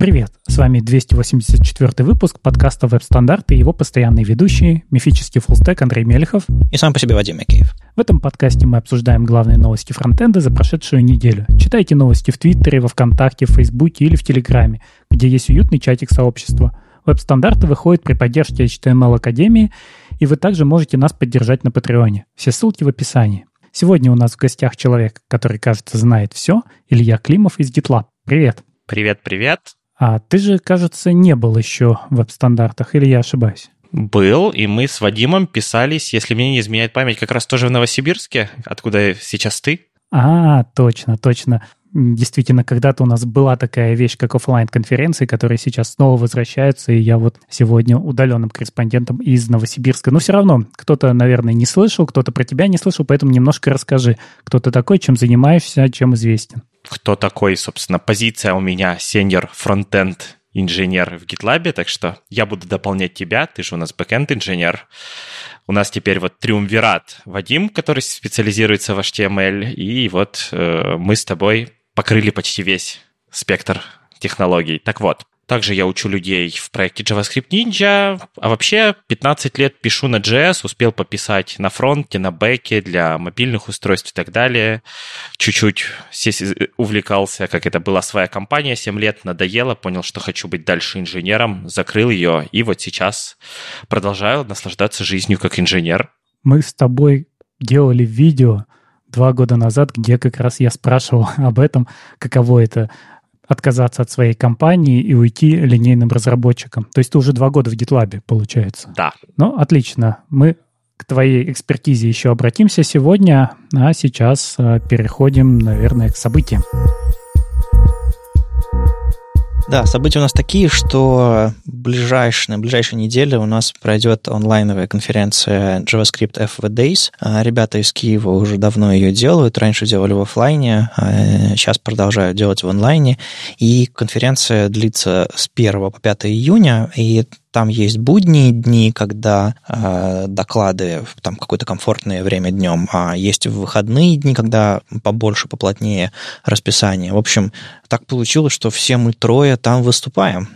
Привет, с вами 284 выпуск подкаста «Веб-стандарты» и его постоянные ведущие, мифический фуллстек Андрей Мелехов и сам по себе Вадим Макеев. В этом подкасте мы обсуждаем главные новости фронтенда за прошедшую неделю. Читайте новости в Твиттере, во Вконтакте, в Фейсбуке или в Телеграме, где есть уютный чатик сообщества. Веб-стандарты выходят при поддержке HTML Академии, и вы также можете нас поддержать на Патреоне. Все ссылки в описании. Сегодня у нас в гостях человек, который, кажется, знает все, Илья Климов из GitLab. Привет. Привет. А ты же, кажется, не был еще в веб-стандартах, или я ошибаюсь? Был, и мы с Вадимом писались, если мне не изменяет память, как раз тоже в Новосибирске, откуда сейчас ты. Точно. Действительно, когда-то у нас была такая вещь, как офлайн-конференции, которые сейчас снова возвращаются, и я вот сегодня удаленным корреспондентом из Новосибирска. Но все равно, кто-то, наверное, не слышал, кто-то про тебя не слышал, поэтому немножко расскажи, кто ты такой, чем занимаешься, чем известен. Кто такой, собственно, позиция у меня senior фронтенд инженер в GitLab, так что я буду дополнять тебя, ты же у нас бэкэнд инженер. У нас теперь вот триумвират Вадим, который специализируется в HTML, и вот мы с тобой покрыли почти весь спектр технологий. Так вот, также я учу людей в проекте JavaScript Ninja, а вообще 15 лет пишу на JS, успел пописать на фронте, на бэке, для мобильных устройств и так далее. Чуть-чуть увлекался, как это была своя компания, 7 лет надоело, понял, что хочу быть дальше инженером, закрыл ее, и вот сейчас продолжаю наслаждаться жизнью как инженер. Мы с тобой делали видео 2 года назад, где как раз я спрашивал об этом, каково это отказаться от своей компании и уйти линейным разработчиком. То есть ты уже 2 года в GitLab, получается. Да. Ну, отлично. Мы к твоей экспертизе еще обратимся сегодня, а сейчас переходим, наверное, к событиям. Да, события у нас такие, что на ближайшей неделе у нас пройдет онлайновая конференция JavaScript FV Days. Ребята из Киева уже давно ее делают, раньше делали в офлайне, сейчас продолжают делать в онлайне. И конференция длится с 1 по 5 июня, и там есть будние дни, когда доклады там какое-то комфортное время днем, а есть выходные дни, когда побольше, поплотнее расписание. В общем, так получилось, что все мы трое там выступаем.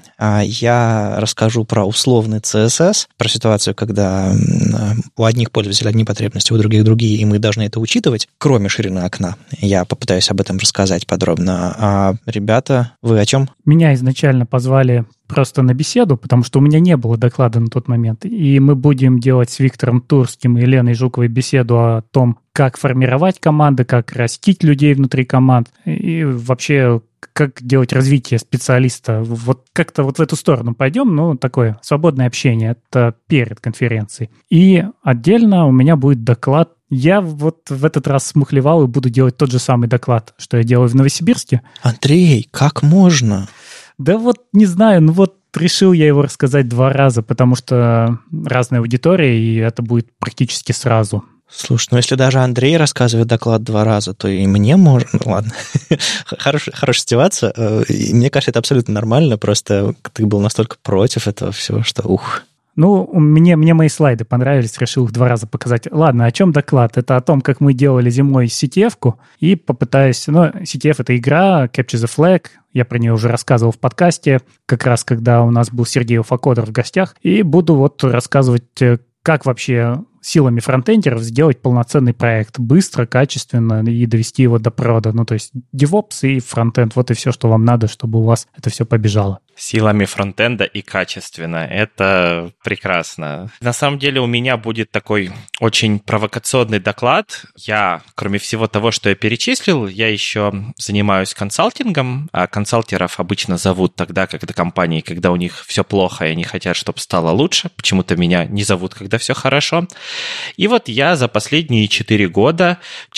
Я расскажу про условный CSS, про ситуацию, когда у одних пользователей одни потребности, у других другие, и мы должны это учитывать, кроме ширины окна. Я попытаюсь об этом рассказать подробно. А ребята, вы о чем? Меня изначально позвали просто на беседу, потому что у меня не было доклада на тот момент. И мы будем делать с Виктором Турским и Леной Жуковой беседу о том, как формировать команды, как растить людей внутри команд и вообще как делать развитие специалиста. Вот как-то вот в эту сторону пойдем, ну, такое свободное общение. Это перед конференцией. И отдельно у меня будет доклад. Я вот в этот раз смухлевал и буду делать тот же самый доклад, что я делаю в Новосибирске. Андрей, как можно? Да вот не знаю, ну вот решил я его рассказать 2 раза, потому что разная аудитория, и это будет практически сразу. Слушай, ну если даже Андрей рассказывает доклад 2 раза, то и мне можно. Ну ладно, хорошая стиваться. Мне кажется, это абсолютно нормально, просто ты был настолько против этого всего, что ух. Ну, мне мои слайды понравились, решил их 2 раза показать. Ладно, о чем доклад? Это о том, как мы делали зимой CTF-ку, и попытаюсь... Ну, CTF — это игра, Capture the Flag, я про нее уже рассказывал в подкасте, как раз когда у нас был Сергей Уфакодер в гостях, и буду вот рассказывать, как вообще силами фронтендеров сделать полноценный проект быстро, качественно и довести его до прода. Ну, то есть DevOps и фронтенд, вот и все, что вам надо, чтобы у вас это все побежало. Силами фронтенда и качественно. Это прекрасно. На самом деле у меня будет такой очень провокационный доклад. Я, кроме всего того, что я перечислил, я еще занимаюсь консалтингом. А консалтеров обычно зовут тогда, когда компании, когда у них все плохо, и они хотят, чтобы стало лучше. Почему-то меня не зовут, когда все хорошо. И вот я за последние 4 года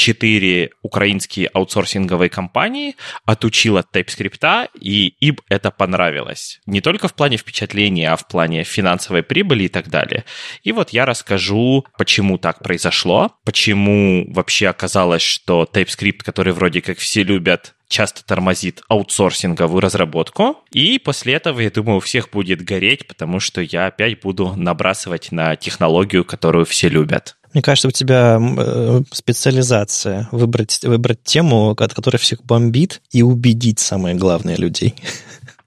4 украинские аутсорсинговые компании отучил от TypeScript, и им это понравилось. Не только в плане впечатления, а в плане финансовой прибыли и так далее. И вот я расскажу, почему так произошло, почему вообще оказалось, что TypeScript, который вроде как все любят, часто тормозит аутсорсинговую разработку. И после этого, я думаю, у всех будет гореть, потому что я опять буду набрасывать на технологию, которую все любят. Мне кажется, у тебя специализация. Выбрать тему, от которой всех бомбит, и убедить, самое главное, людей.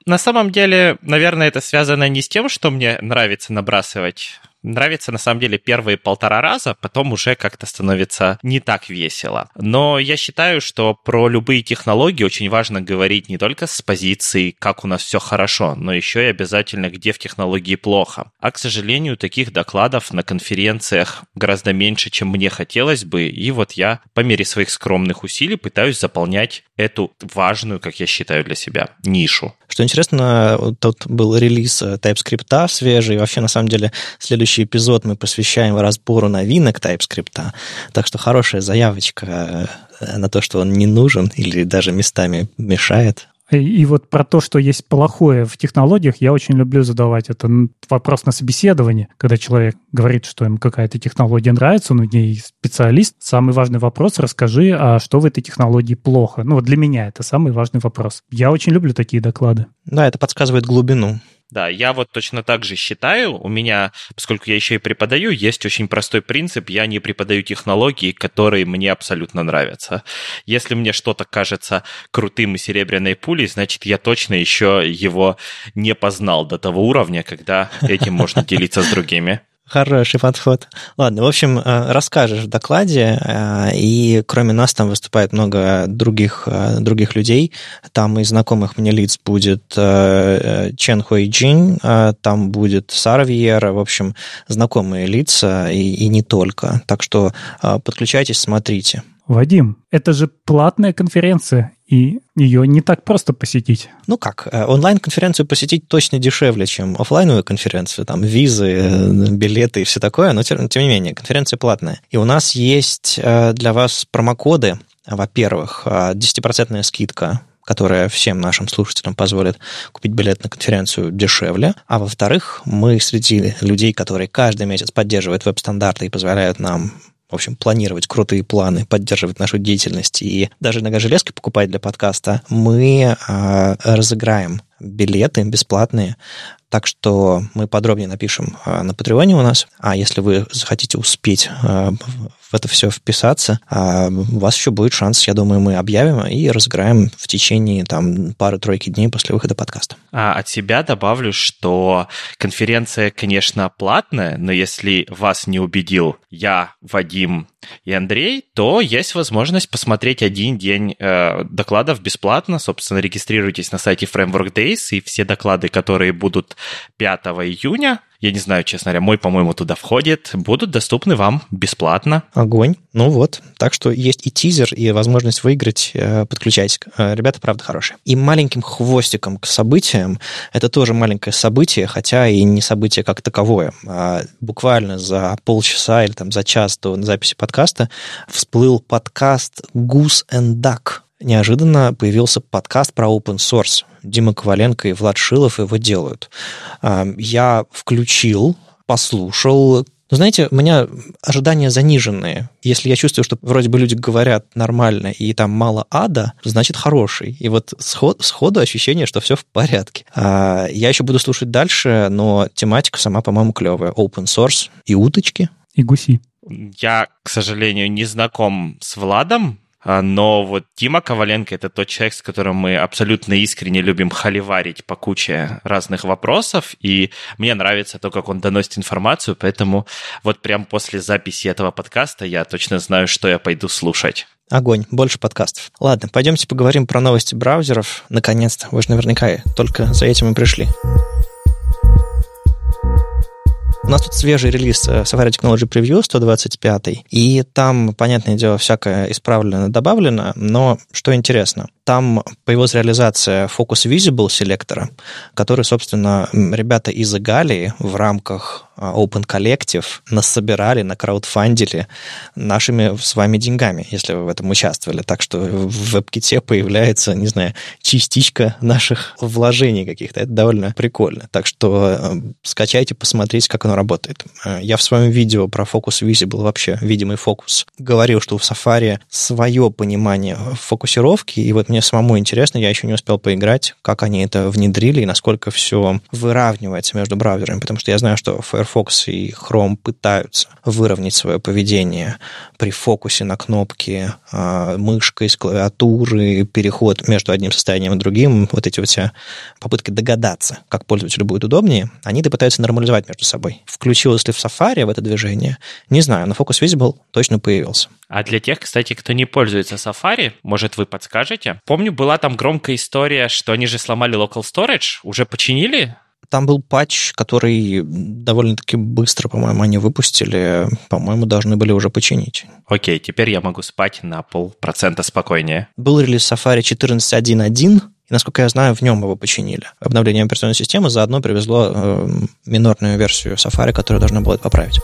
На самом деле, наверное, это связано не с тем, что мне нравится набрасывать. Нравится, на самом деле, первые 1,5 раза, потом уже как-то становится не так весело. Но я считаю, что про любые технологии очень важно говорить не только с позиции, как у нас все хорошо, но еще и обязательно, где в технологии плохо. А, к сожалению, таких докладов на конференциях гораздо меньше, чем мне хотелось бы, и вот я по мере своих скромных усилий пытаюсь заполнять эту важную, как я считаю, для себя нишу. Что интересно, тут был релиз TypeScript свежий, вообще, на самом деле, следующий эпизод мы посвящаем разбору новинок TypeScript, так что хорошая заявочка на то, что он не нужен или даже местами мешает. И вот про то, что есть плохое в технологиях, я очень люблю задавать это вопрос на собеседовании, когда человек говорит, что ему какая-то технология нравится, он в ней специалист. Самый важный вопрос — расскажи, а что в этой технологии плохо? Ну, вот для меня это самый важный вопрос. Я очень люблю такие доклады. Да, это подсказывает глубину. Да, я вот точно так же считаю. У меня, поскольку я еще и преподаю, есть очень простой принцип. Я не преподаю технологии, которые мне абсолютно нравятся. Если мне что-то кажется крутым и серебряной пулей, значит, я точно еще его не познал до того уровня, когда этим можно делиться с другими. Хороший подход. Ладно, в общем, расскажешь в докладе, и кроме нас там выступает много других людей. Там из знакомых мне лиц будет Чен Хуэй Джин, там будет Сара Виера, в общем, знакомые лица и не только. Так что подключайтесь, смотрите. Вадим, это же платная конференция, и ее не так просто посетить. Ну как, онлайн-конференцию посетить точно дешевле, чем офлайновую конференцию, там визы, билеты и все такое, но тем не менее, конференция платная. И у нас есть для вас промокоды, во-первых, 10% скидка, которая всем нашим слушателям позволит купить билет на конференцию дешевле. А во-вторых, мы среди людей, которые каждый месяц поддерживают веб-стандарты и позволяют нам, в общем, планировать крутые планы, поддерживать нашу деятельность и даже иногда железки покупать для подкаста, мы разыграем билеты бесплатные. Так что мы подробнее напишем на Патреоне у нас. А если вы захотите успеть в это все вписаться, у вас еще будет шанс, я думаю, мы объявим и разыграем в течение пары-тройки дней после выхода подкаста. От себя добавлю, что конференция, конечно, платная, но если вас не убедил я, Вадим и Андрей, то есть возможность посмотреть один день докладов бесплатно. Собственно, регистрируйтесь на сайте Framework Days, и все доклады, которые будут 5 июня, я не знаю, честно говоря, мой, по-моему, туда входит, будут доступны вам бесплатно. Огонь. Ну вот. Так что есть и тизер, и возможность выиграть. Подключайтесь. Ребята, правда, хорошие. И маленьким хвостиком к событиям, это тоже маленькое событие, хотя и не событие как таковое. Буквально за полчаса или за час до записи подкаста всплыл подкаст Goose and Duck. Неожиданно появился подкаст про open source. Дима Коваленко и Влад Шилов его делают. Я включил, послушал. Знаете, у меня ожидания заниженные. Если я чувствую, что вроде бы люди говорят нормально, и там мало ада, значит хороший. И вот сходу ощущение, что все в порядке. Я еще буду слушать дальше, но тематика сама, по-моему, клевая. Open source и уточки. И гуси. Я, к сожалению, не знаком с Владом, но вот Дима Коваленко — это тот человек, с которым мы абсолютно искренне любим холиварить по куче разных вопросов, и мне нравится то, как он доносит информацию, поэтому вот прям после записи этого подкаста я точно знаю, что я пойду слушать. Огонь, больше подкастов. Ладно, пойдемте поговорим про новости браузеров. Наконец-то, вы же наверняка только за этим и пришли. У нас тут свежий релиз Safari Technology Preview 125, и там, понятное дело, всякое исправлено, добавлено, но что интересно, там появилась реализация Focus Visible селектора, который, собственно, ребята из Игалии в рамках Open Collective насобирали, накраудфандили нашими с вами деньгами, если вы в этом участвовали. Так что в WebKit появляется, не знаю, частичка наших вложений каких-то. Это довольно прикольно. Так что скачайте, посмотрите, как оно работает. Я в своем видео про Focus Visible, вообще видимый фокус, говорил, что в Safari свое понимание фокусировки, и вот мне самому интересно, я еще не успел поиграть, как они это внедрили и насколько все выравнивается между браузерами, потому что я знаю, что Firefox Firefox и Chrome пытаются выровнять свое поведение при фокусе на кнопки мышкой с клавиатуры, переход между одним состоянием и другим, вот эти вот все попытки догадаться, как пользователю будет удобнее, они это пытаются нормализовать между собой. Включилось ли в Safari в это движение? Не знаю, но Focus Visible точно появился. А для тех, кстати, кто не пользуется Safari, может, вы подскажете? Помню, была там громкая история, что они же сломали Local Storage. Уже починили? Там был патч, который довольно-таки быстро, по-моему, они выпустили. По-моему, должны были уже починить. Окей, теперь я могу спать на 0,5% спокойнее. Был релиз Safari 14.1.1, и, насколько я знаю, в нем его починили. Обновление операционной системы заодно привезло минорную версию Safari, которая должна была это поправить.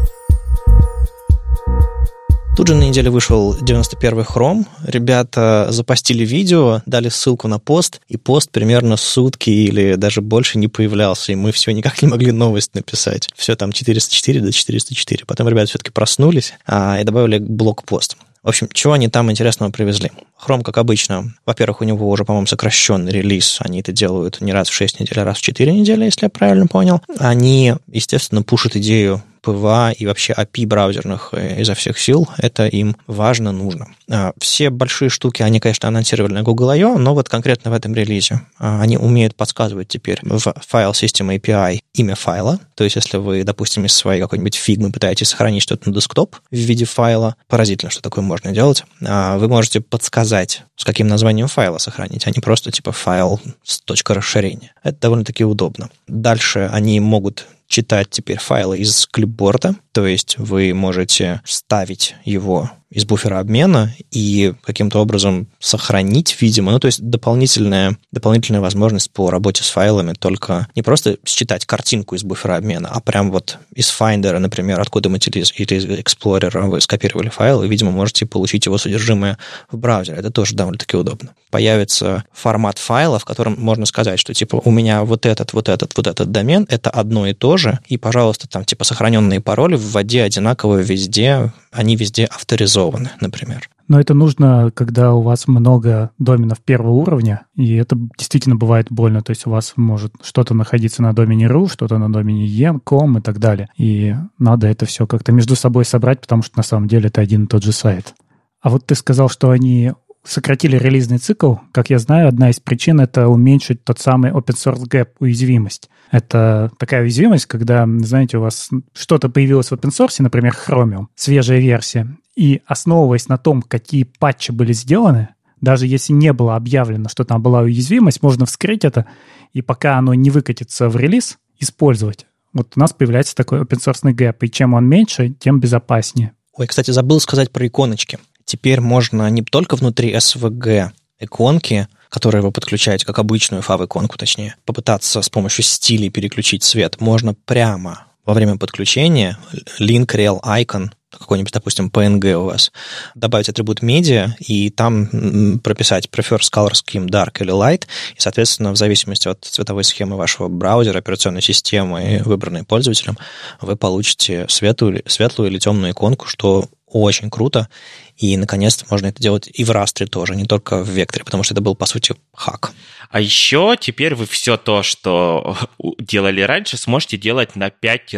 Тут же на неделе вышел 91-й Chrome. Ребята запостили видео, дали ссылку на пост, и пост примерно сутки или даже больше не появлялся, и мы все никак не могли новость написать. Все там 404 до 404. Потом ребята все-таки проснулись и добавили блокпост. В общем, чего они там интересного привезли? Chrome, как обычно, во-первых, у него уже, по-моему, сокращенный релиз. Они это делают не раз в 6 недель, а раз в 4 недели, если я правильно понял. Они, естественно, пушат идею ПВА и вообще API браузерных изо всех сил. Это им важно, нужно. Все большие штуки они, конечно, анонсировали на Google I.O., но вот конкретно в этом релизе они умеют подсказывать теперь в File System API имя файла. То есть, если вы, допустим, из своей какой-нибудь фигмы пытаетесь сохранить что-то на десктоп в виде файла, поразительно, что такое можно делать, вы можете подсказать, с каким названием файла сохранить, а не просто типа файл с точкой расширения. Это довольно-таки удобно. Дальше они могут читать теперь файлы из клипборда, то есть вы можете вставить его из буфера обмена и каким-то образом сохранить, видимо, то есть дополнительная возможность по работе с файлами, только не просто считать картинку из буфера обмена, а прям вот из Finder, например, откуда-нибудь или из Explorer вы скопировали файл, и, видимо, можете получить его содержимое в браузере. Это тоже довольно-таки удобно. Появится формат файла, в котором можно сказать, что типа у меня вот этот домен, это одно и то же, и, пожалуйста, там типа сохраненные пароли вводи одинаково везде, они везде авторизованы, например. Но это нужно, когда у вас много доменов первого уровня, и это действительно бывает больно. То есть у вас может что-то находиться на домене .ru, что-то на домене .com и так далее. И надо это все как-то между собой собрать, потому что на самом деле это один и тот же сайт. А вот ты сказал, что они сократили релизный цикл. Как я знаю, одна из причин — это уменьшить тот самый open source gap, уязвимость. Это такая уязвимость, когда, знаете, у вас что-то появилось в open source, например, Chromium, свежая версия, и основываясь на том, какие патчи были сделаны, даже если не было объявлено, что там была уязвимость, можно вскрыть это, и пока оно не выкатится в релиз, использовать. Вот у нас появляется такой open source gap, и чем он меньше, тем безопаснее. Ой, кстати, забыл сказать про иконочки. Теперь можно не только внутри SVG иконки, которые вы подключаете, как обычную фав-иконку, точнее, попытаться с помощью стилей переключить цвет. Можно прямо во время подключения link rel icon, какой-нибудь, допустим, PNG у вас, добавить атрибут media и там прописать prefers color scheme dark или light, и, соответственно, в зависимости от цветовой схемы вашего браузера, операционной системы, выбранной пользователем, вы получите светлую или темную иконку, что очень круто, и, наконец-то, можно это делать и в растре тоже, не только в векторе, потому что это был, по сути, хак. А еще теперь вы все то, что делали раньше, сможете делать на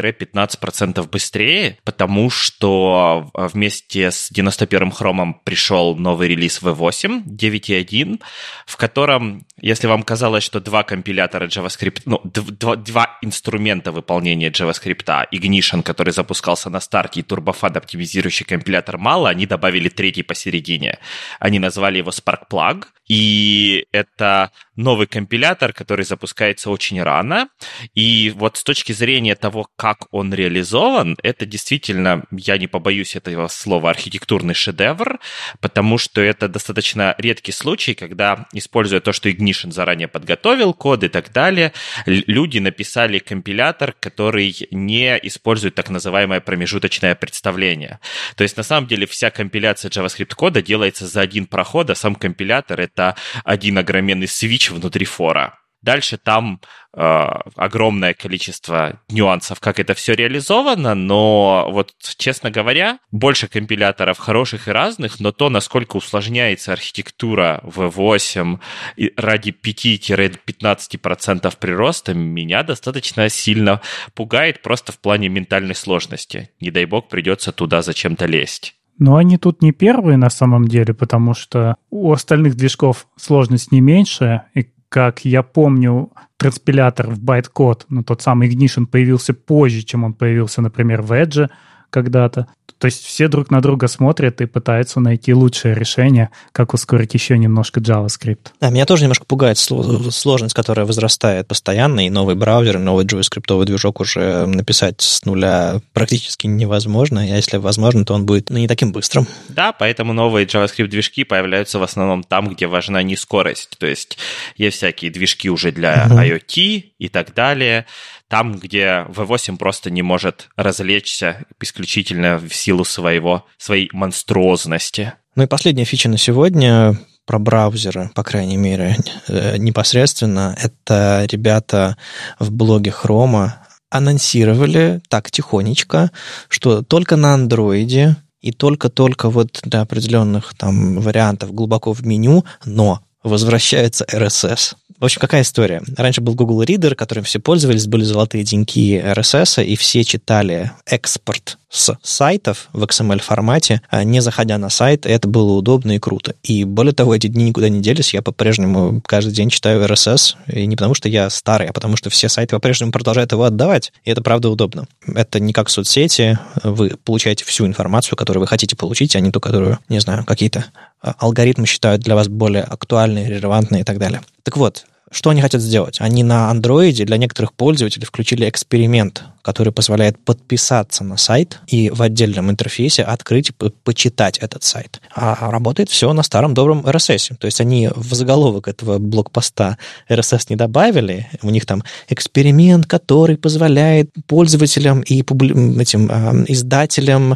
5-15% быстрее, потому что вместе с 91-м Chrome пришел новый релиз V8 9.1, в котором, если вам казалось, что два компилятора JavaScript, два инструмента выполнения JavaScript, Ignition, который запускался на старте, и TurboFan, оптимизирующий компилятор, мало, они добавили третий посередине. Они назвали его Sparkplug, и это новый компилятор, который запускается очень рано. И вот с точки зрения того, как он реализован, это действительно, я не побоюсь этого слова, архитектурный шедевр, потому что это достаточно редкий случай, когда, используя то, что Ignition заранее подготовил код и так далее, люди написали компилятор, который не использует так называемое промежуточное представление. То есть, на самом деле, вся компиляция JavaScript-кода делается за один проход, а сам компилятор — это один огроменный свитч внутри фора. Дальше там огромное количество нюансов, как это все реализовано, но вот, честно говоря, больше компиляторов хороших и разных, но то, насколько усложняется архитектура V8 ради 5-15% прироста, меня достаточно сильно пугает просто в плане ментальной сложности. Не дай бог, придется туда зачем-то лезть. Но они тут не первые на самом деле, потому что у остальных движков сложность не меньше, и как я помню, транспилятор в байткод, тот самый Ignition, появился позже, чем он появился, например, в Edge когда-то. То есть все друг на друга смотрят и пытаются найти лучшее решение, как ускорить еще немножко JavaScript. Да, меня тоже немножко пугает сложность, которая возрастает постоянно, и новый браузер, и новый JavaScript движок уже написать с нуля практически невозможно, а если возможно, то он будет не таким быстрым. Да, поэтому новые JavaScript-движки появляются в основном там, где важна не скорость. То есть есть всякие движки уже для IoT и так далее. Там, где V8 просто не может развлечься исключительно в силу своей монструозности. Ну и последняя фича на сегодня про браузеры, по крайней мере, непосредственно. Это ребята в блоге Chrome анонсировали так тихонечко, что только на Android и только-только вот для определенных там вариантов глубоко в меню, но возвращается RSS. В общем, какая история? Раньше был Google Reader, которым все пользовались, были золотые деньки RSS, и все читали экспорт с сайтов в XML-формате, не заходя на сайт, и это было удобно и круто. И более того, эти дни никуда не делись, я по-прежнему каждый день читаю RSS, и не потому что я старый, а потому что все сайты по-прежнему продолжают его отдавать, и это правда удобно. Это не как соцсети, вы получаете всю информацию, которую вы хотите получить, а не ту, которую, не знаю, какие-то алгоритмы считают для вас более актуальные, релевантные и так далее. Так вот, что они хотят сделать? Они на Android для некоторых пользователей включили эксперимент, который позволяет подписаться на сайт и в отдельном интерфейсе открыть и почитать этот сайт. А работает все на старом добром RSS. То есть они в заголовок этого блокпоста RSS не добавили. У них там эксперимент, который позволяет пользователям и этим издателям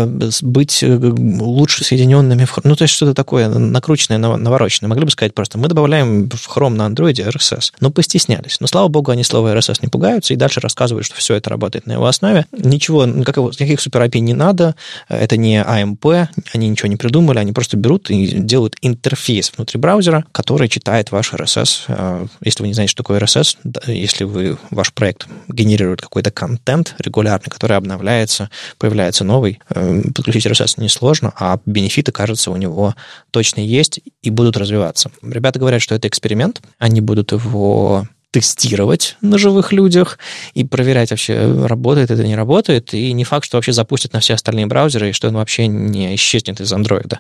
быть лучше соединенными. Ну, то есть что-то такое накрученное, навороченное. Могли бы сказать просто, мы добавляем в Chrome на Android RSS. Но постеснялись. Но, слава богу, они слово RSS не пугаются и дальше рассказывают, что все это работает на его основе. Ничего, никаких супер API не надо, это не AMP, они ничего не придумали, они просто берут и делают интерфейс внутри браузера, который читает ваш RSS. Если вы не знаете, что такое RSS, если ваш проект генерирует какой-то контент регулярный, который обновляется, появляется новый, подключить RSS несложно, а бенефиты, кажется, у него точно есть и будут развиваться. Ребята говорят, что это эксперимент, они будут его тестировать на живых людях и проверять вообще, работает это, не работает, и не факт, что вообще запустят на все остальные браузеры, и что он вообще не исчезнет из Android.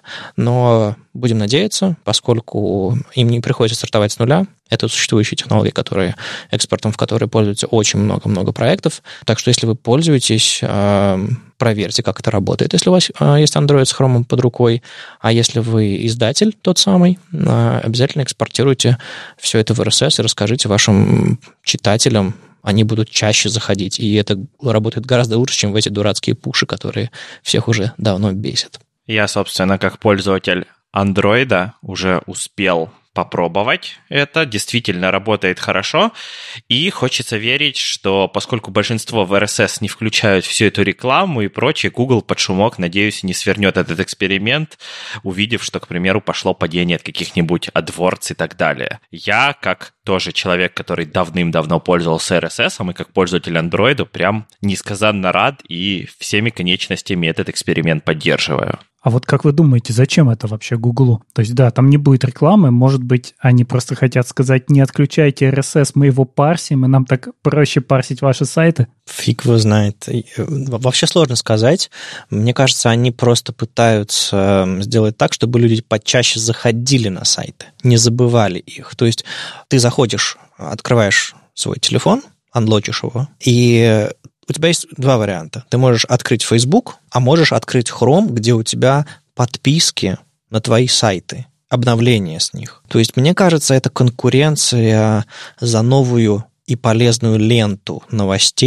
Но будем надеяться, поскольку им не приходится стартовать с нуля, это существующие технологии, экспортом в которые пользуются очень много-много проектов. Так что, если вы пользуетесь, проверьте, как это работает. Если у вас есть Android с Chrome под рукой, а если вы издатель тот самый, обязательно экспортируйте все это в RSS и расскажите вашим читателям, они будут чаще заходить. И это работает гораздо лучше, чем в эти дурацкие пуши, которые всех уже давно бесят. Я, собственно, как пользователь Android уже успел попробовать это, действительно работает хорошо, и хочется верить, что поскольку большинство в RSS не включают всю эту рекламу и прочее, Google под шумок, надеюсь, не свернет этот эксперимент, увидев, что, к примеру, пошло падение от каких-нибудь AdWords и так далее. Я, как тоже человек, который давным-давно пользовался RSS, и как пользователь Android, прям несказанно рад и всеми конечностями этот эксперимент поддерживаю. А вот как вы думаете, зачем это вообще Гуглу? То есть, да, там не будет рекламы, может быть, они просто хотят сказать, не отключайте RSS, мы его парсим, и нам так проще парсить ваши сайты? Фиг его знает. Вообще сложно сказать. Мне кажется, они просто пытаются сделать так, чтобы люди почаще заходили на сайты, не забывали их. То есть ты заходишь, открываешь свой телефон, анлочишь его, и у тебя есть два варианта. Ты можешь открыть Facebook, а можешь открыть Chrome, где у тебя подписки на твои сайты, обновления с них. То есть, мне кажется, это конкуренция за новую и полезную ленту новостей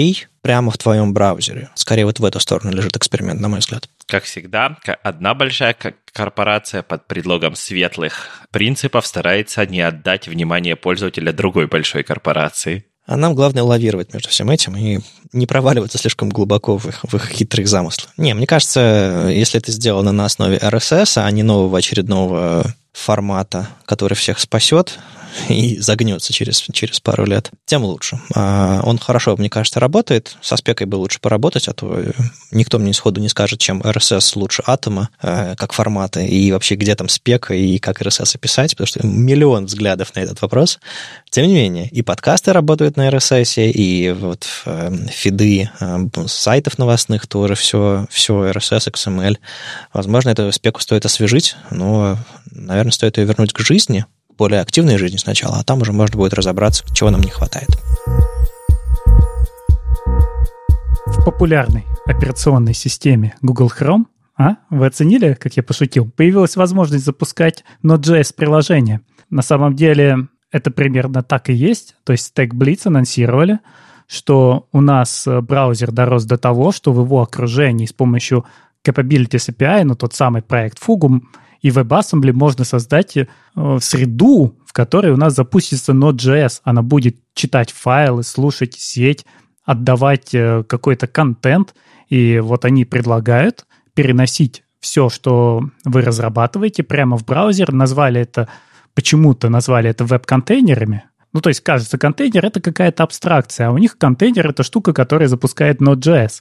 прямо в твоем браузере. Скорее вот в эту сторону лежит эксперимент, на мой взгляд. Как всегда, одна большая корпорация под предлогом светлых принципов старается не отдать внимание пользователя другой большой корпорации. А нам главное лавировать между всем этим и не проваливаться слишком глубоко в их хитрых замыслах. Не, мне кажется, если это сделано на основе RSS, а не нового очередного формата, который всех спасет и загнется через пару лет, тем лучше. Он хорошо, мне кажется, работает. Со спекой бы лучше поработать, а то никто мне сходу не скажет, чем RSS лучше атома как формата, и вообще где там спека, и как RSS описать, потому что миллион взглядов на этот вопрос. Тем не менее, и подкасты работают на RSS, и вот фиды сайтов новостных тоже все RSS, XML. Возможно, эту спеку стоит освежить, но, наверное, стоит ее вернуть к жизни, более активной жизни сначала, а там уже можно будет разобраться, чего нам не хватает. В популярной операционной системе Google Chrome, вы оценили, как я пошутил, появилась возможность запускать Node.js-приложение. На самом деле это примерно так и есть. То есть StackBlitz анонсировали, что у нас браузер дорос до того, что в его окружении с помощью Capabilities API, тот самый проект Fugum, и в WebAssembly можно создать среду, в которой у нас запустится Node.js. Она будет читать файлы, слушать сеть, отдавать какой-то контент. И вот они предлагают переносить все, что вы разрабатываете, прямо в браузер. Почему-то назвали это веб-контейнерами. То есть, кажется, контейнер — это какая-то абстракция, а у них контейнер — это штука, которая запускает Node.js.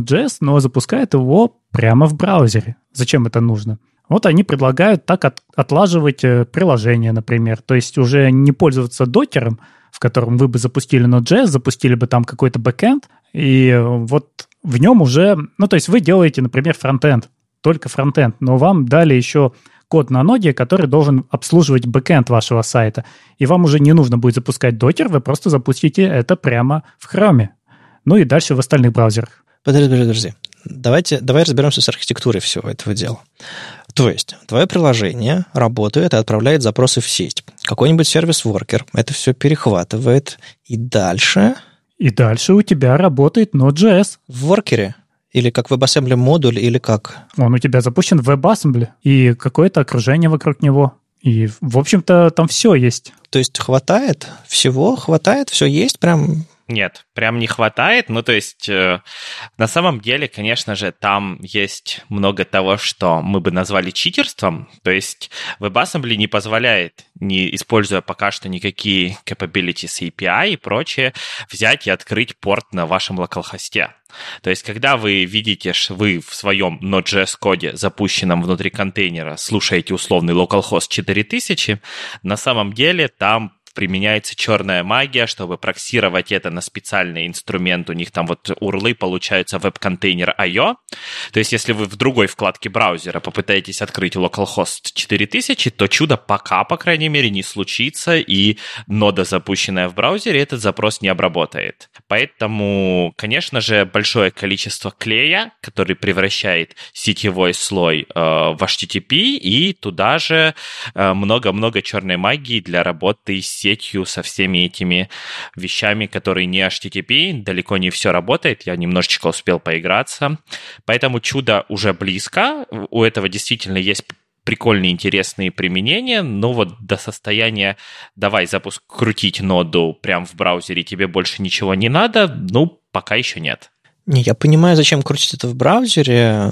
Но запускает его прямо в браузере. Зачем это нужно? Вот они предлагают так отлаживать приложение, например. То есть уже не пользоваться докером, в котором вы бы запустили Node.js, запустили бы там какой-то бэкэнд, и вот в нем уже... то есть вы делаете, например, фронтенд, только фронтенд, но вам дали еще код на ноде, который должен обслуживать бэкэнд вашего сайта. И вам уже не нужно будет запускать докер, вы просто запустите это прямо в Chrome. И дальше в остальных браузерах. Подожди. Давай разберемся с архитектурой всего этого дела. То есть, твое приложение работает и отправляет запросы в сеть. Какой-нибудь сервис-воркер это все перехватывает, и дальше... И дальше у тебя работает Node.js. В воркере? Или как WebAssembly модуль, или как? Он у тебя запущен в WebAssembly, и какое-то окружение вокруг него. И, в общем-то, там все есть. То есть хватает всего? Хватает? Все есть прям... Нет, прям не хватает. То есть, на самом деле, конечно же, там есть много того, что мы бы назвали читерством. То есть, WebAssembly не позволяет, не используя пока что никакие capabilities API и прочее, взять и открыть порт на вашем локалхосте. То есть, когда вы видите, что вы в своем Node.js-коде, запущенном внутри контейнера, слушаете условный localhost 4000, на самом деле там применяется черная магия, чтобы проксировать это на специальный инструмент. У них там вот урлы получаются web-container.io. То есть, если вы в другой вкладке браузера попытаетесь открыть localhost 4000, то чудо пока, по крайней мере, не случится, и нода, запущенная в браузере, этот запрос не обработает. Поэтому, конечно же, большое количество клея, который превращает сетевой слой в HTTP, и туда же много-много черной магии для работы с сетью, со всеми этими вещами, которые не HTTP. Далеко не все работает, я немножечко успел поиграться. Поэтому чудо уже близко. У этого действительно есть прикольные, интересные применения, но вот до состояния «давай крутить ноду прямо в браузере, тебе больше ничего не надо», пока еще нет. Не, я понимаю, зачем крутить это в браузере.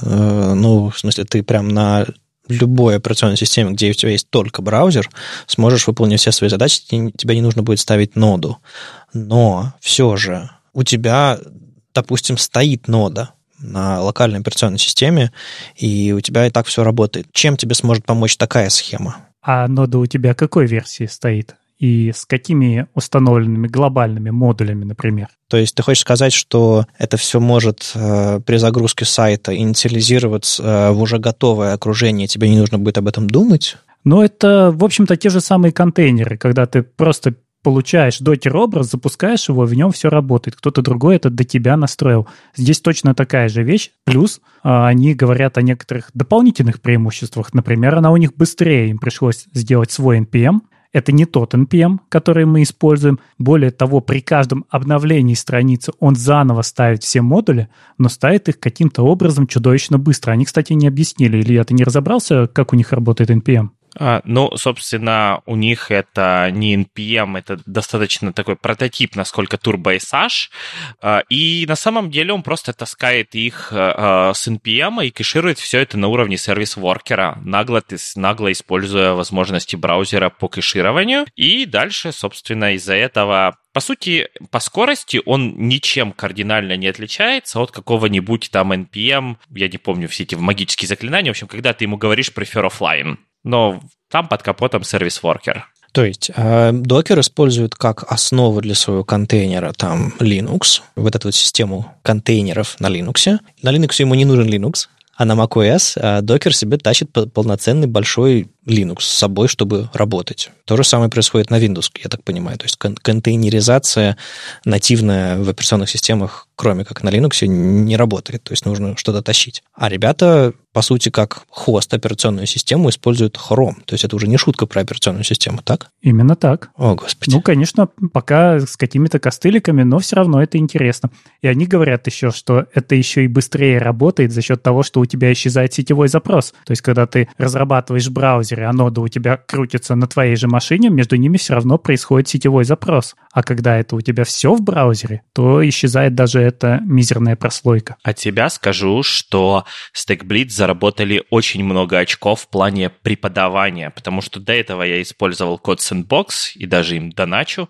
В смысле, ты прям на любой операционной системе, где у тебя есть только браузер, сможешь выполнить все свои задачи, тебе не нужно будет ставить ноду. Но все же у тебя, допустим, стоит нода на локальной операционной системе, и у тебя и так все работает. Чем тебе сможет помочь такая схема? А нода у тебя какой версии стоит? И с какими установленными глобальными модулями, например? То есть ты хочешь сказать, что это все может при загрузке сайта инициализироваться в уже готовое окружение, тебе не нужно будет об этом думать? Это, в общем-то, те же самые контейнеры, когда ты просто получаешь докер-образ, запускаешь его, в нем все работает. Кто-то другой это до тебя настроил. Здесь точно такая же вещь. Плюс они говорят о некоторых дополнительных преимуществах. Например, она у них быстрее. Им пришлось сделать свой NPM. это не тот NPM, который мы используем. Более того, при каждом обновлении страницы он заново ставит все модули, но ставит их каким-то образом чудовищно быстро. Они, кстати, не объяснили. Илья, ты не разобрался, как у них работает NPM? Ну, собственно, у них это не NPM, это достаточно такой прототип, насколько TurboSH, и на самом деле он просто таскает их с NPM и кэширует все это на уровне сервис-воркера, нагло используя возможности браузера по кэшированию, и дальше, собственно, из-за этого... По сути, по скорости он ничем кардинально не отличается от какого-нибудь там NPM, я не помню все эти магические заклинания, в общем, когда ты ему говоришь prefer offline, но там под капотом сервис-воркер. То есть Docker использует как основу для своего контейнера там Linux, вот эту вот систему контейнеров на Linux. На Linux ему не нужен Linux, а на macOS Docker себе тащит полноценный большой Linux с собой, чтобы работать. То же самое происходит на Windows, я так понимаю. То есть контейнеризация нативная в операционных системах, кроме как на Linux, не работает. То есть нужно что-то тащить. А ребята, по сути, как хост операционную систему используют Chrome. То есть это уже не шутка про операционную систему, так? Именно так. О, Господи. Ну, конечно, пока с какими-то костыликами, но все равно это интересно. И они говорят еще, что это еще и быстрее работает за счет того, что у тебя исчезает сетевой запрос. То есть когда ты разрабатываешь браузер, а нода у тебя крутится на твоей же машине, между ними все равно происходит сетевой запрос. А когда это у тебя все в браузере, то исчезает даже эта мизерная прослойка. От себя скажу, что StackBlitz заработали очень много очков в плане преподавания, потому что до этого я использовал код Sandbox и даже им доначу,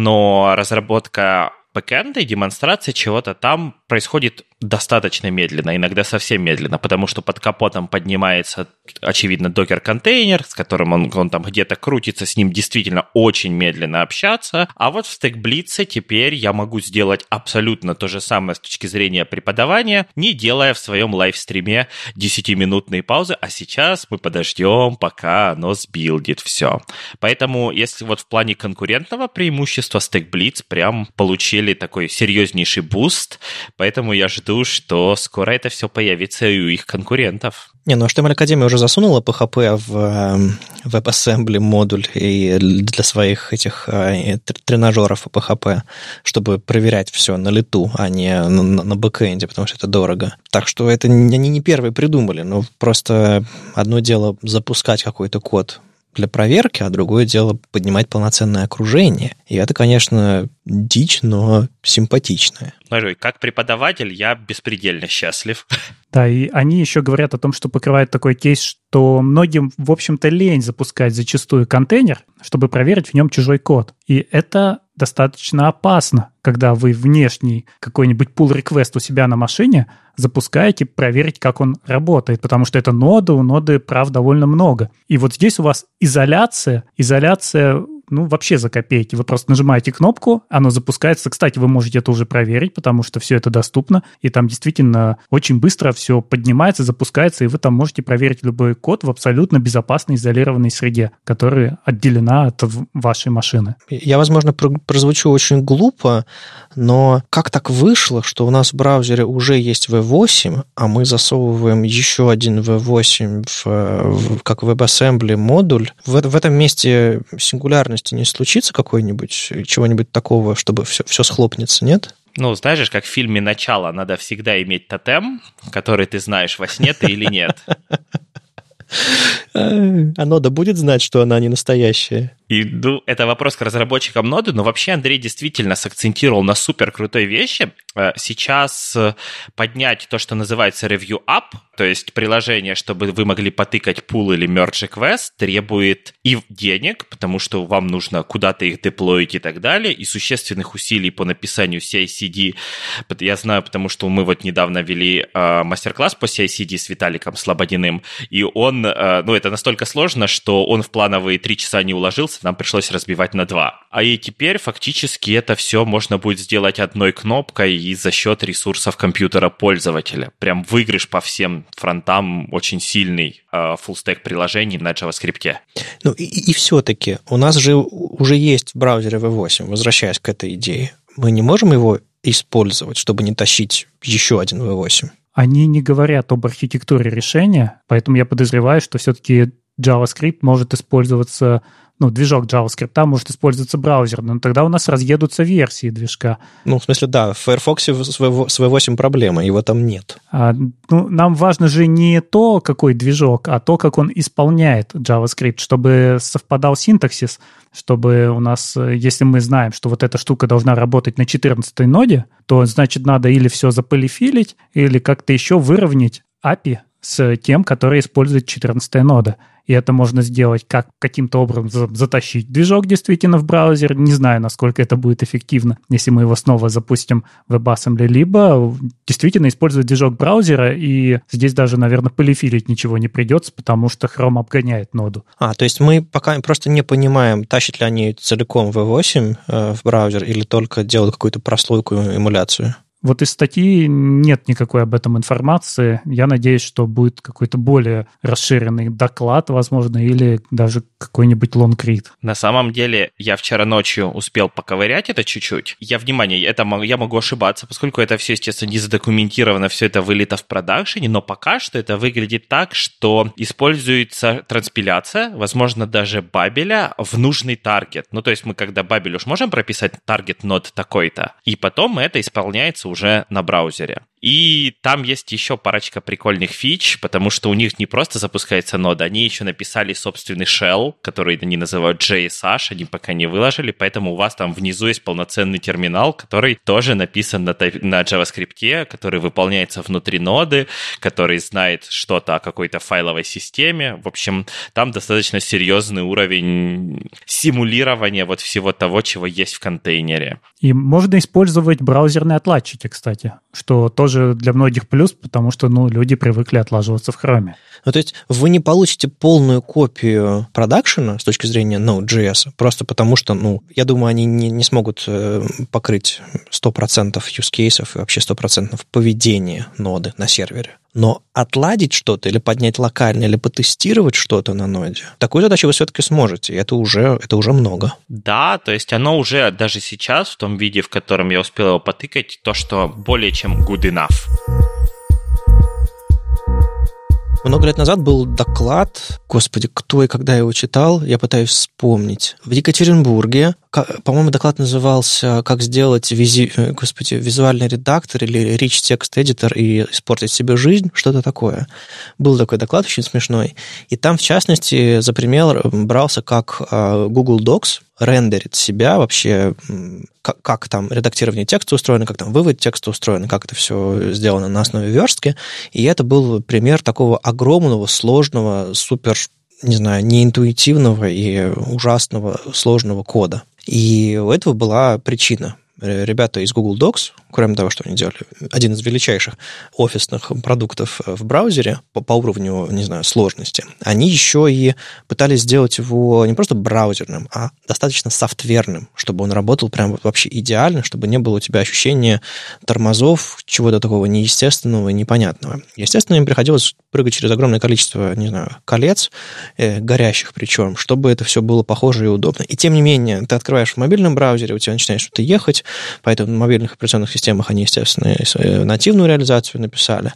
но разработка бэкэнда и демонстрация чего-то там происходит достаточно медленно, иногда совсем медленно, потому что под капотом поднимается, очевидно, докер-контейнер, с которым он там где-то крутится, с ним действительно очень медленно общаться. А вот в StackBlitz теперь я могу сделать абсолютно то же самое с точки зрения преподавания, не делая в своем лайвстриме 10-минутные паузы, а сейчас мы подождем, пока оно сбилдит все. Поэтому, если вот в плане конкурентного преимущества StackBlitz прям получили такой серьезнейший буст, поэтому я жду, что скоро это все появится и у их конкурентов. Не, ну HTML Академия уже засунула PHP в WebAssembly модуль и для своих этих тренажеров по PHP, чтобы проверять все на лету, а не на бэкэнде, потому что это дорого. Так что это они не первые придумали, но просто одно дело запускать какой-то код для проверки, а другое дело поднимать полноценное окружение. И это, конечно, дичь, но симпатичная. Как преподаватель я беспредельно счастлив. Да, и они еще говорят о том, что покрывает такой кейс, что многим, в общем-то, лень запускать зачастую контейнер, чтобы проверить в нем чужой код. И это достаточно опасно, когда вы внешний какой-нибудь pull-request у себя на машине запускаете, проверить, как он работает, потому что это нода, у ноды прав довольно много. И вот здесь у вас изоляция, ну, вообще за копейки. Вы просто нажимаете кнопку, оно запускается. Кстати, вы можете это уже проверить, потому что все это доступно, и там действительно очень быстро все поднимается, запускается, и вы там можете проверить любой код в абсолютно безопасной, изолированной среде, которая отделена от вашей машины. Я, возможно, прозвучу очень глупо, но как так вышло, что у нас в браузере уже есть V8, а мы засовываем еще один V8 как WebAssembly модуль? В этом месте сингулярность не случится чего-нибудь такого, чтобы все схлопнется, нет? Ну, знаешь, как в фильме «Начало» надо всегда иметь тотем, который ты знаешь, во сне ты или нет. А нода будет знать, что она не настоящая? И, ну, это вопрос к разработчикам ноды, но вообще Андрей действительно сакцентировал на супер крутой вещи. Сейчас поднять то, что называется review app, то есть приложение, чтобы вы могли потыкать pull или merge request, требует и денег, потому что вам нужно куда-то их деплоить и так далее, и существенных усилий по написанию CI/CD. Я знаю, потому что мы вот недавно вели мастер-класс по CI/CD с Виталиком Слободиным, и он, ну, это настолько сложно, что он в плановые 3 часа не уложился, нам пришлось разбивать на 2. А и теперь фактически это все можно будет сделать одной кнопкой и за счет ресурсов компьютера пользователя. Прям выигрыш по всем фронтам очень сильный фуллстек приложений на JavaScript. Ну и все-таки у нас же уже есть в браузере V8, возвращаясь к этой идее. Мы не можем его использовать, чтобы не тащить еще один V8? Они не говорят об архитектуре решения, поэтому я подозреваю, что все-таки JavaScript может использоваться, движок JavaScript может использоваться браузерно, но тогда у нас разъедутся версии движка. В смысле, да, в Firefox с V8 проблема, его там нет. Нам важно же не то, какой движок, а то, как он исполняет JavaScript, чтобы совпадал синтаксис, чтобы у нас, если мы знаем, что вот эта штука должна работать на 14-й ноде, то, значит, надо или все заполифилить, или как-то еще выровнять API с тем, который использует 14-я нода. И это можно сделать каким-то образом затащить движок действительно в браузер. Не знаю, насколько это будет эффективно, если мы его снова запустим в WebAssembly, либо действительно использовать движок браузера, и здесь даже, наверное, полифилить ничего не придется, потому что Chrome обгоняет ноду. То есть мы пока просто не понимаем, тащат ли они целиком V8 в браузер или только делают какую-то прослойку, эмуляцию. Вот из статьи нет никакой об этом информации. Я надеюсь, что будет какой-то более расширенный доклад, возможно, или даже какой-нибудь лонгрид. На самом деле, я вчера ночью успел поковырять это чуть-чуть. Я могу ошибаться, поскольку это все, естественно, не задокументировано, все это вылито в продакшене, но пока что это выглядит так, что используется транспиляция, возможно, даже бабеля в нужный таргет. То есть мы, когда бабель уж можем прописать таргет нод такой-то, и потом это исполняется уже на браузере. И там есть еще парочка прикольных фич, потому что у них не просто запускается нода, они еще написали собственный shell, который они называют JSH, они пока не выложили, поэтому у вас там внизу есть полноценный терминал, который тоже написан на JavaScript, который выполняется внутри ноды, который знает что-то о какой-то файловой системе. В общем, там достаточно серьезный уровень симулирования вот всего того, чего есть в контейнере. И можно использовать браузерные отладчики, кстати, что тоже для многих плюс, потому что люди привыкли отлаживаться в Chrome. То есть вы не получите полную копию продакшена с точки зрения Node.js, просто потому что, я думаю, они не смогут покрыть 100% use cases и вообще 100% поведения ноды на сервере. Но отладить что-то или поднять локально, или потестировать что-то на ноде, такую задачу вы все-таки сможете, и это уже много. Да, то есть оно уже даже сейчас, в том виде, в котором я успел его потыкать, то, что более чем good enough. Много лет назад был доклад, господи, кто и когда его читал, я пытаюсь вспомнить. В Екатеринбурге, по-моему, доклад назывался «Как сделать визуальный редактор» или Rich Text Editor и испортить себе жизнь», что-то такое. Был такой доклад очень смешной. И там, в частности, за пример брался, как Google Docs рендерит себя вообще, как там редактирование текста устроено, как там вывод текста устроен, как это все сделано на основе верстки. И это был пример такого огромного, сложного, супер, неинтуитивного и ужасного сложного кода. И у этого была причина. Ребята из Google Docs, кроме того, что они делали, один из величайших офисных продуктов в браузере по уровню, сложности, они еще и пытались сделать его не просто браузерным, а достаточно софтверным, чтобы он работал прям вообще идеально, чтобы не было у тебя ощущения тормозов, чего-то такого неестественного и непонятного. Естественно, им приходилось прыгать через огромное количество, колец, горящих причем, чтобы это все было похоже и удобно. И тем не менее, ты открываешь в мобильном браузере, у тебя начинает что-то ехать, поэтому в мобильных операционных системах они, естественно, нативную реализацию написали,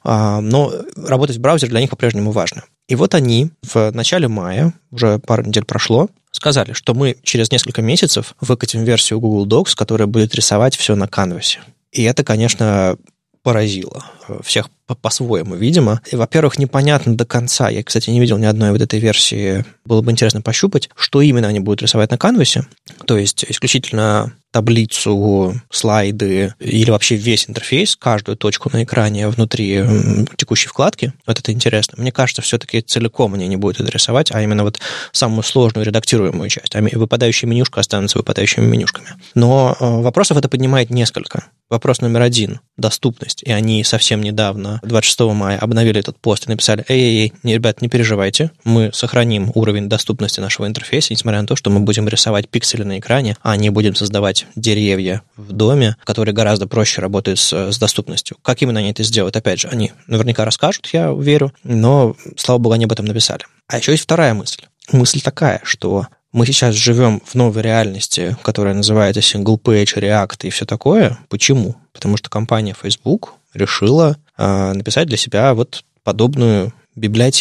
но работать в браузере для них по-прежнему важно. И вот они в начале мая, уже пару недель прошло, сказали, что мы через несколько месяцев выкатим версию Google Docs, которая будет рисовать все на канвасе. И это, конечно, поразило всех по-своему, видимо. И, во-первых, непонятно до конца. Я, кстати, не видел ни одной вот этой версии. Было бы интересно пощупать, что именно они будут рисовать на канвасе. То есть исключительно таблицу, слайды или вообще весь интерфейс, каждую точку на экране внутри текущей вкладки. Вот это интересно. Мне кажется, все-таки целиком они не будут это рисовать, а именно вот самую сложную редактируемую часть. А выпадающие менюшки останутся выпадающими менюшками. Но вопросов это поднимает несколько. Вопрос номер 1 – доступность. И они совсем недавно, 26 мая, обновили этот пост и написали: эй, ребят, не переживайте, мы сохраним уровень доступности нашего интерфейса, несмотря на то, что мы будем рисовать пиксели на экране, а не будем создавать деревья в доме, которые гораздо проще работают с доступностью. Как именно они это сделают? Опять же, они наверняка расскажут, я уверен, но, слава богу, они об этом написали. А еще есть вторая мысль. Мысль такая, что мы сейчас живем в новой реальности, которая называется Single Page, React и все такое. Почему? Потому что компания Facebook решила написать для себя вот подобную библиотеку,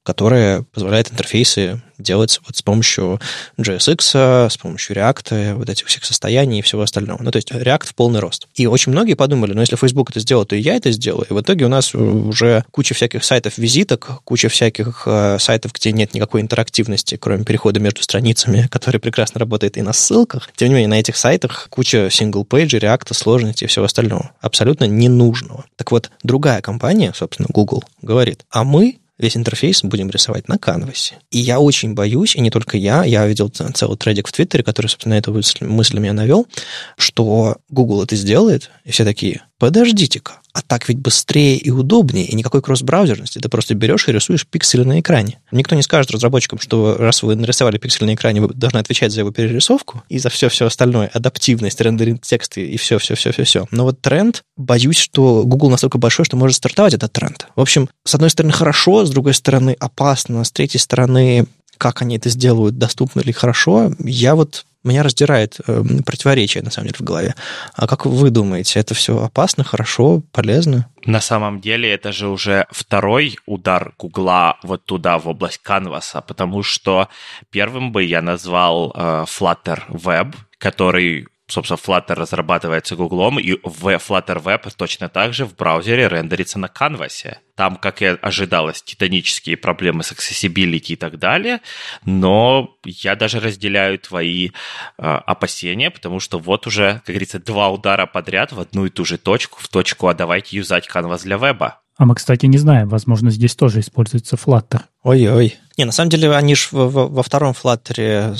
которая позволяет интерфейсы делать вот с помощью JSX, с помощью React, вот этих всех состояний и всего остального. Ну, то есть React в полный рост. И очень многие подумали, ну, если Facebook это сделал, то и я это сделаю. И в итоге у нас уже куча всяких сайтов-визиток, куча всяких сайтов, где нет никакой интерактивности, кроме перехода между страницами, который прекрасно работает и на ссылках. Тем не менее, на этих сайтах куча сингл-пейджей, React, сложностей и всего остального. Абсолютно ненужного. Так вот, другая компания, собственно, Google, говорит, а мы весь интерфейс будем рисовать на канвасе. И я очень боюсь, и не только я видел целый трейдик в Твиттере, который, собственно, эту мысль меня навел, что Google это сделает, и все такие, подождите-ка, а так ведь быстрее и удобнее, и никакой кросс-браузерности. Ты просто берешь и рисуешь пиксели на экране. Никто не скажет разработчикам, что раз вы нарисовали пиксель на экране, вы должны отвечать за его перерисовку и за все остальное, адаптивность, рендеринг текста и все. Но вот тренд, боюсь, что Google настолько большой, что может стартовать этот тренд. В общем, с одной стороны, хорошо, с другой стороны, опасно, с третьей стороны, как они это сделают, доступно ли хорошо, меня раздирает противоречие, на самом деле, в голове. А как вы думаете, это все опасно, хорошо, полезно? На самом деле, это же уже второй удар Гугла вот туда, в область канваса, потому что первым бы я назвал Flutter Web, который... Собственно, Flutter разрабатывается Гуглом, и Flutter Web точно так же в браузере рендерится на канвасе. Там, как и ожидалось, титанические проблемы с accessibility и так далее, но я даже разделяю твои опасения, потому что вот уже, как говорится, 2 удара подряд в одну и ту же точку, а давайте юзать канвас для веба. А мы, кстати, не знаем, возможно, здесь тоже используется Flutter. Ой-ой. Не, на самом деле, они же во втором Flutter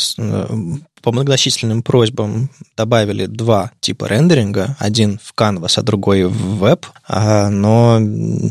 по многочисленным просьбам добавили 2 типа рендеринга. Один в Canvas, а другой в Web. Но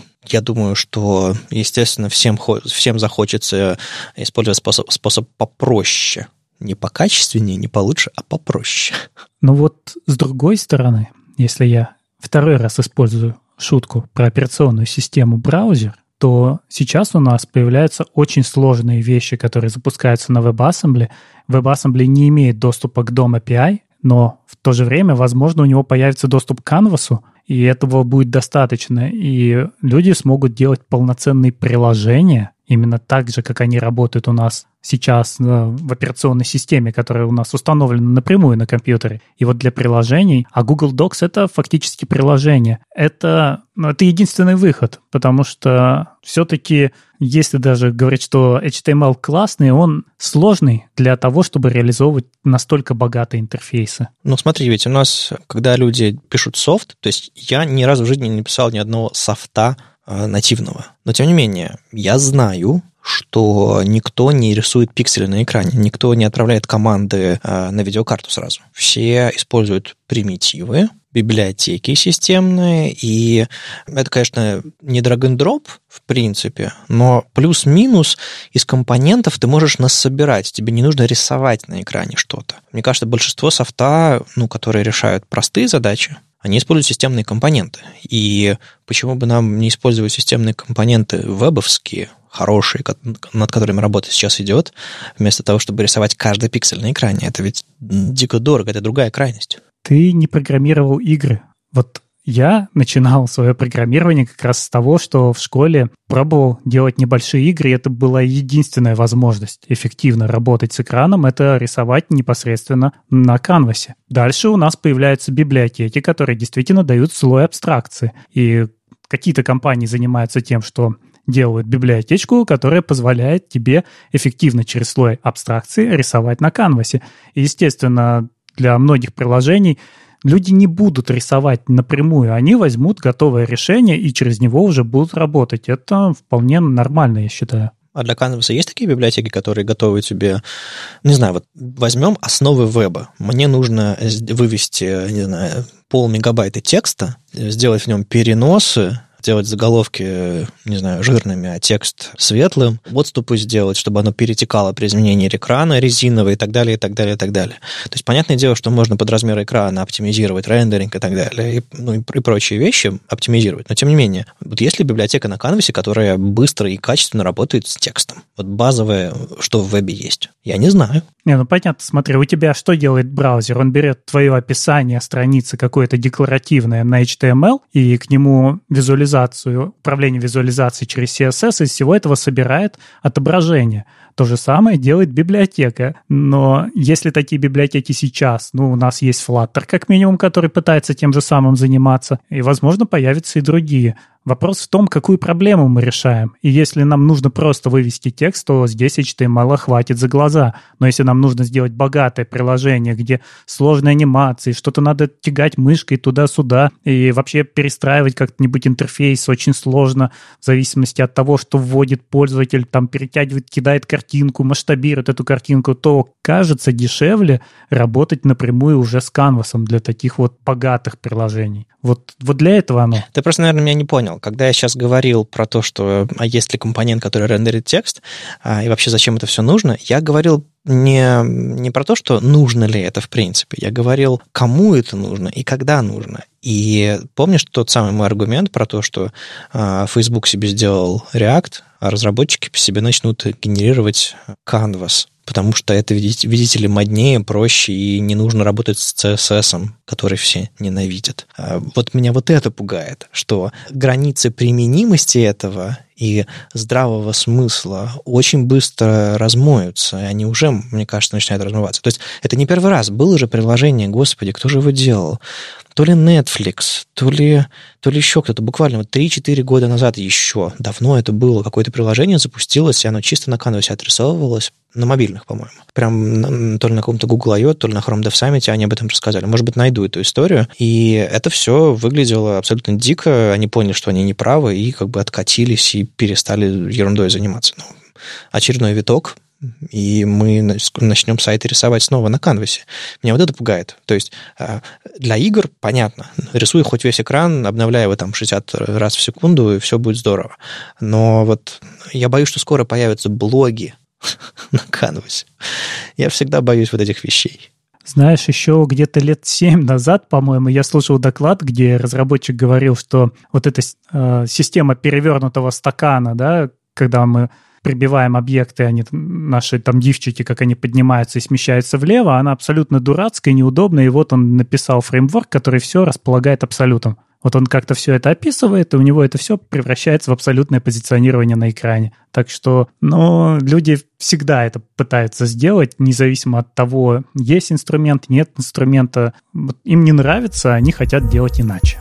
я думаю, что, естественно, всем захочется использовать способ попроще. Не покачественнее, не получше, а попроще. Ну вот, с другой стороны, если я второй раз использую шутку про операционную систему браузер, то сейчас у нас появляются очень сложные вещи, которые запускаются на WebAssembly. WebAssembly не имеет доступа к DOM API, но в то же время, возможно, у него появится доступ к Canvas, и этого будет достаточно, и люди смогут делать полноценные приложения именно так же, как они работают у нас сейчас в операционной системе, которая у нас установлена напрямую на компьютере. И вот для приложений, а Google Docs — это фактически приложение. Это единственный выход, потому что все-таки, если даже говорить, что HTML классный, он сложный для того, чтобы реализовывать настолько богатые интерфейсы. Ну, смотри, ведь у нас, когда люди пишут софт, то есть я ни разу в жизни не написал ни одного софта нативного. Но, тем не менее, я знаю, что никто не рисует пиксели на экране, никто не отправляет команды на видеокарту сразу. Все используют примитивы, библиотеки системные, и это, конечно, не drag-and-drop в принципе, но плюс-минус из компонентов ты можешь нассобирать, тебе не нужно рисовать на экране что-то. Мне кажется, большинство софта, которые решают простые задачи, они используют системные компоненты. И почему бы нам не использовать системные компоненты вебовские, хорошие, над которыми работа сейчас идет, вместо того, чтобы рисовать каждый пиксель на экране? Это ведь дико дорого, это другая крайность. Ты не программировал игры. Вот я начинал свое программирование как раз с того, что в школе пробовал делать небольшие игры, и это была единственная возможность эффективно работать с экраном, это рисовать непосредственно на канвасе. Дальше у нас появляются библиотеки, которые действительно дают слой абстракции. И какие-то компании занимаются тем, что делают библиотечку, которая позволяет тебе эффективно через слой абстракции рисовать на канвасе. И, естественно, для многих приложений люди не будут рисовать напрямую, они возьмут готовое решение и через него уже будут работать. Это вполне нормально, я считаю. А для Canvas есть такие библиотеки, которые готовы тебе... Не знаю, вот возьмем основы веба. Мне нужно вывести, не знаю, 0,5 мегабайта текста, сделать в нем переносы, сделать заголовки, не знаю, жирными, а текст светлым, отступы сделать, чтобы оно перетекало при изменении экрана резинового и так далее, и так далее, и так далее. То есть, понятное дело, что можно под размер экрана оптимизировать рендеринг и так далее, и прочие вещи оптимизировать. Но, тем не менее, вот есть ли библиотека на Canvas, которая быстро и качественно работает с текстом? Вот базовое, что в вебе есть. Я не знаю. Понятно, смотри, у тебя что делает браузер? Он берет твое описание страницы какое-то декларативное на HTML и к нему визуализует визуализацию, управление визуализацией через CSS, из всего этого собирает отображение. То же самое делает библиотека. Но если такие библиотеки сейчас, у нас есть Flutter, как минимум, который пытается тем же самым заниматься, и, возможно, появятся и другие. Вопрос в том, какую проблему мы решаем. И если нам нужно просто вывести текст, то здесь HTML хватит за глаза. Но если нам нужно сделать богатое приложение, где сложные анимации, что-то надо тягать мышкой туда-сюда, и вообще перестраивать как-нибудь интерфейс очень сложно, в зависимости от того, что вводит пользователь, там перетягивает, кидает картинку, масштабирует эту картинку, то кажется дешевле работать напрямую уже с канвасом для таких вот богатых приложений. Вот для этого оно. Ты просто, наверное, меня не понял. Когда я сейчас говорил про то, что есть ли компонент, который рендерит текст, и вообще зачем это все нужно, я говорил не про то, что нужно ли это в принципе. Я говорил, кому это нужно и когда нужно. И помнишь тот самый мой аргумент про то, что Facebook себе сделал React, а разработчики по себе начнут генерировать Canvas, потому что это, видите ли, моднее, проще, и не нужно работать с CSS, который все ненавидят. Вот меня вот это пугает, что границы применимости этого и здравого смысла очень быстро размоются, и они уже, мне кажется, начинают размываться. То есть это не первый раз. Было же приложение, господи, кто же его делал? То ли Netflix, то ли еще кто-то. Буквально 3-4 года назад еще, давно это было, какое-то приложение запустилось, и оно чисто на Canvas отрисовывалось, на мобильных, по-моему. Прям то ли на каком-то Google I.O., то ли на Chrome Dev Summit они об этом рассказали. Может быть, найду эту историю. И это все выглядело абсолютно дико. Они поняли, что они неправы, и как бы откатились и перестали ерундой заниматься. Очередной виток, и мы начнем сайты рисовать снова на канвасе. Меня вот это пугает. То есть для игр, понятно, рисуй хоть весь экран, обновляй его там 60 раз в секунду, и все будет здорово. Но вот я боюсь, что скоро появятся блоги на канвасе. Я всегда боюсь вот этих вещей. Знаешь, еще где-то лет 7 назад, по-моему, я слушал доклад, где разработчик говорил, что вот эта система перевернутого стакана, да, когда мы прибиваем объекты, они, наши там дивчики, как они поднимаются и смещаются влево, она абсолютно дурацкая, неудобная, и вот он написал фреймворк, который все располагает абсолютом. Вот он как-то все это описывает, и у него это все превращается в абсолютное позиционирование на экране. Так что, люди всегда это пытаются сделать, независимо от того, есть инструмент, нет инструмента. Вот им не нравится, они хотят делать иначе.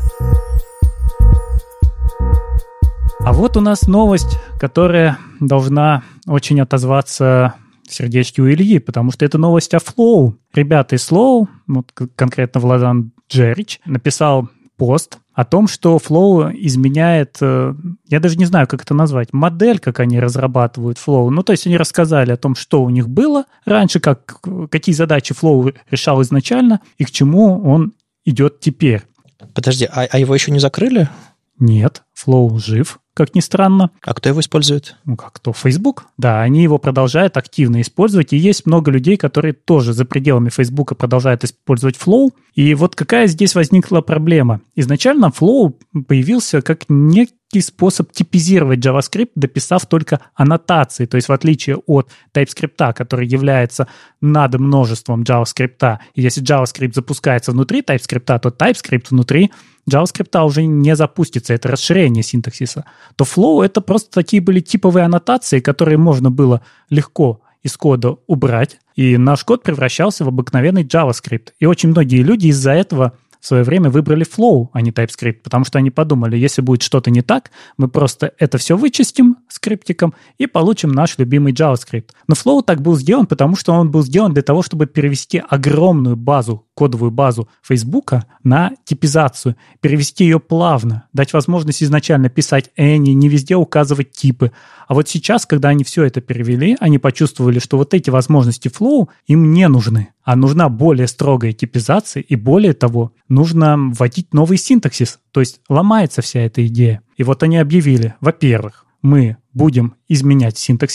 А вот у нас новость, которая должна очень отозваться в сердечке у Ильи, потому что это новость о Flow. Ребята из Flow, вот конкретно Владан Джерич, написал пост о том, что Flow изменяет, я даже не знаю, как это назвать, модель, как они разрабатывают Flow. То есть они рассказали о том, что у них было раньше, какие задачи Flow решал изначально и к чему он идет теперь. Подожди, а его еще не закрыли? Нет, Flow жив, как ни странно. А кто его использует? Как кто? Facebook? Да, они его продолжают активно использовать, и есть много людей, которые тоже за пределами Facebook продолжают использовать Flow. И вот какая здесь возникла проблема? Изначально Flow появился как некий способ типизировать JavaScript, дописав только аннотации. То есть в отличие от TypeScript, который является надмножеством JavaScript, и если JavaScript запускается внутри TypeScript, то TypeScript внутри JavaScript уже не запустится. Это расширение синтаксиса. То Flow — это просто такие были типовые аннотации, которые можно было легко из кода убрать, и наш код превращался в обыкновенный JavaScript. И очень многие люди из-за этого в свое время выбрали Flow, а не TypeScript, потому что они подумали, если будет что-то не так, мы просто это все вычистим скриптиком и получим наш любимый JavaScript. Но Flow так был сделан, потому что он был сделан для того, чтобы перевести огромную базу, кодовую базу Facebook на типизацию, перевести ее плавно, дать возможность изначально писать any, не везде указывать типы. А вот сейчас, когда они все это перевели, они почувствовали, что вот эти возможности Flow им не нужны, а нужна более строгая типизация, и более того, нужно вводить новый синтаксис, то есть ломается вся эта идея. И вот они объявили, во-первых, мы будем изменять синтаксис,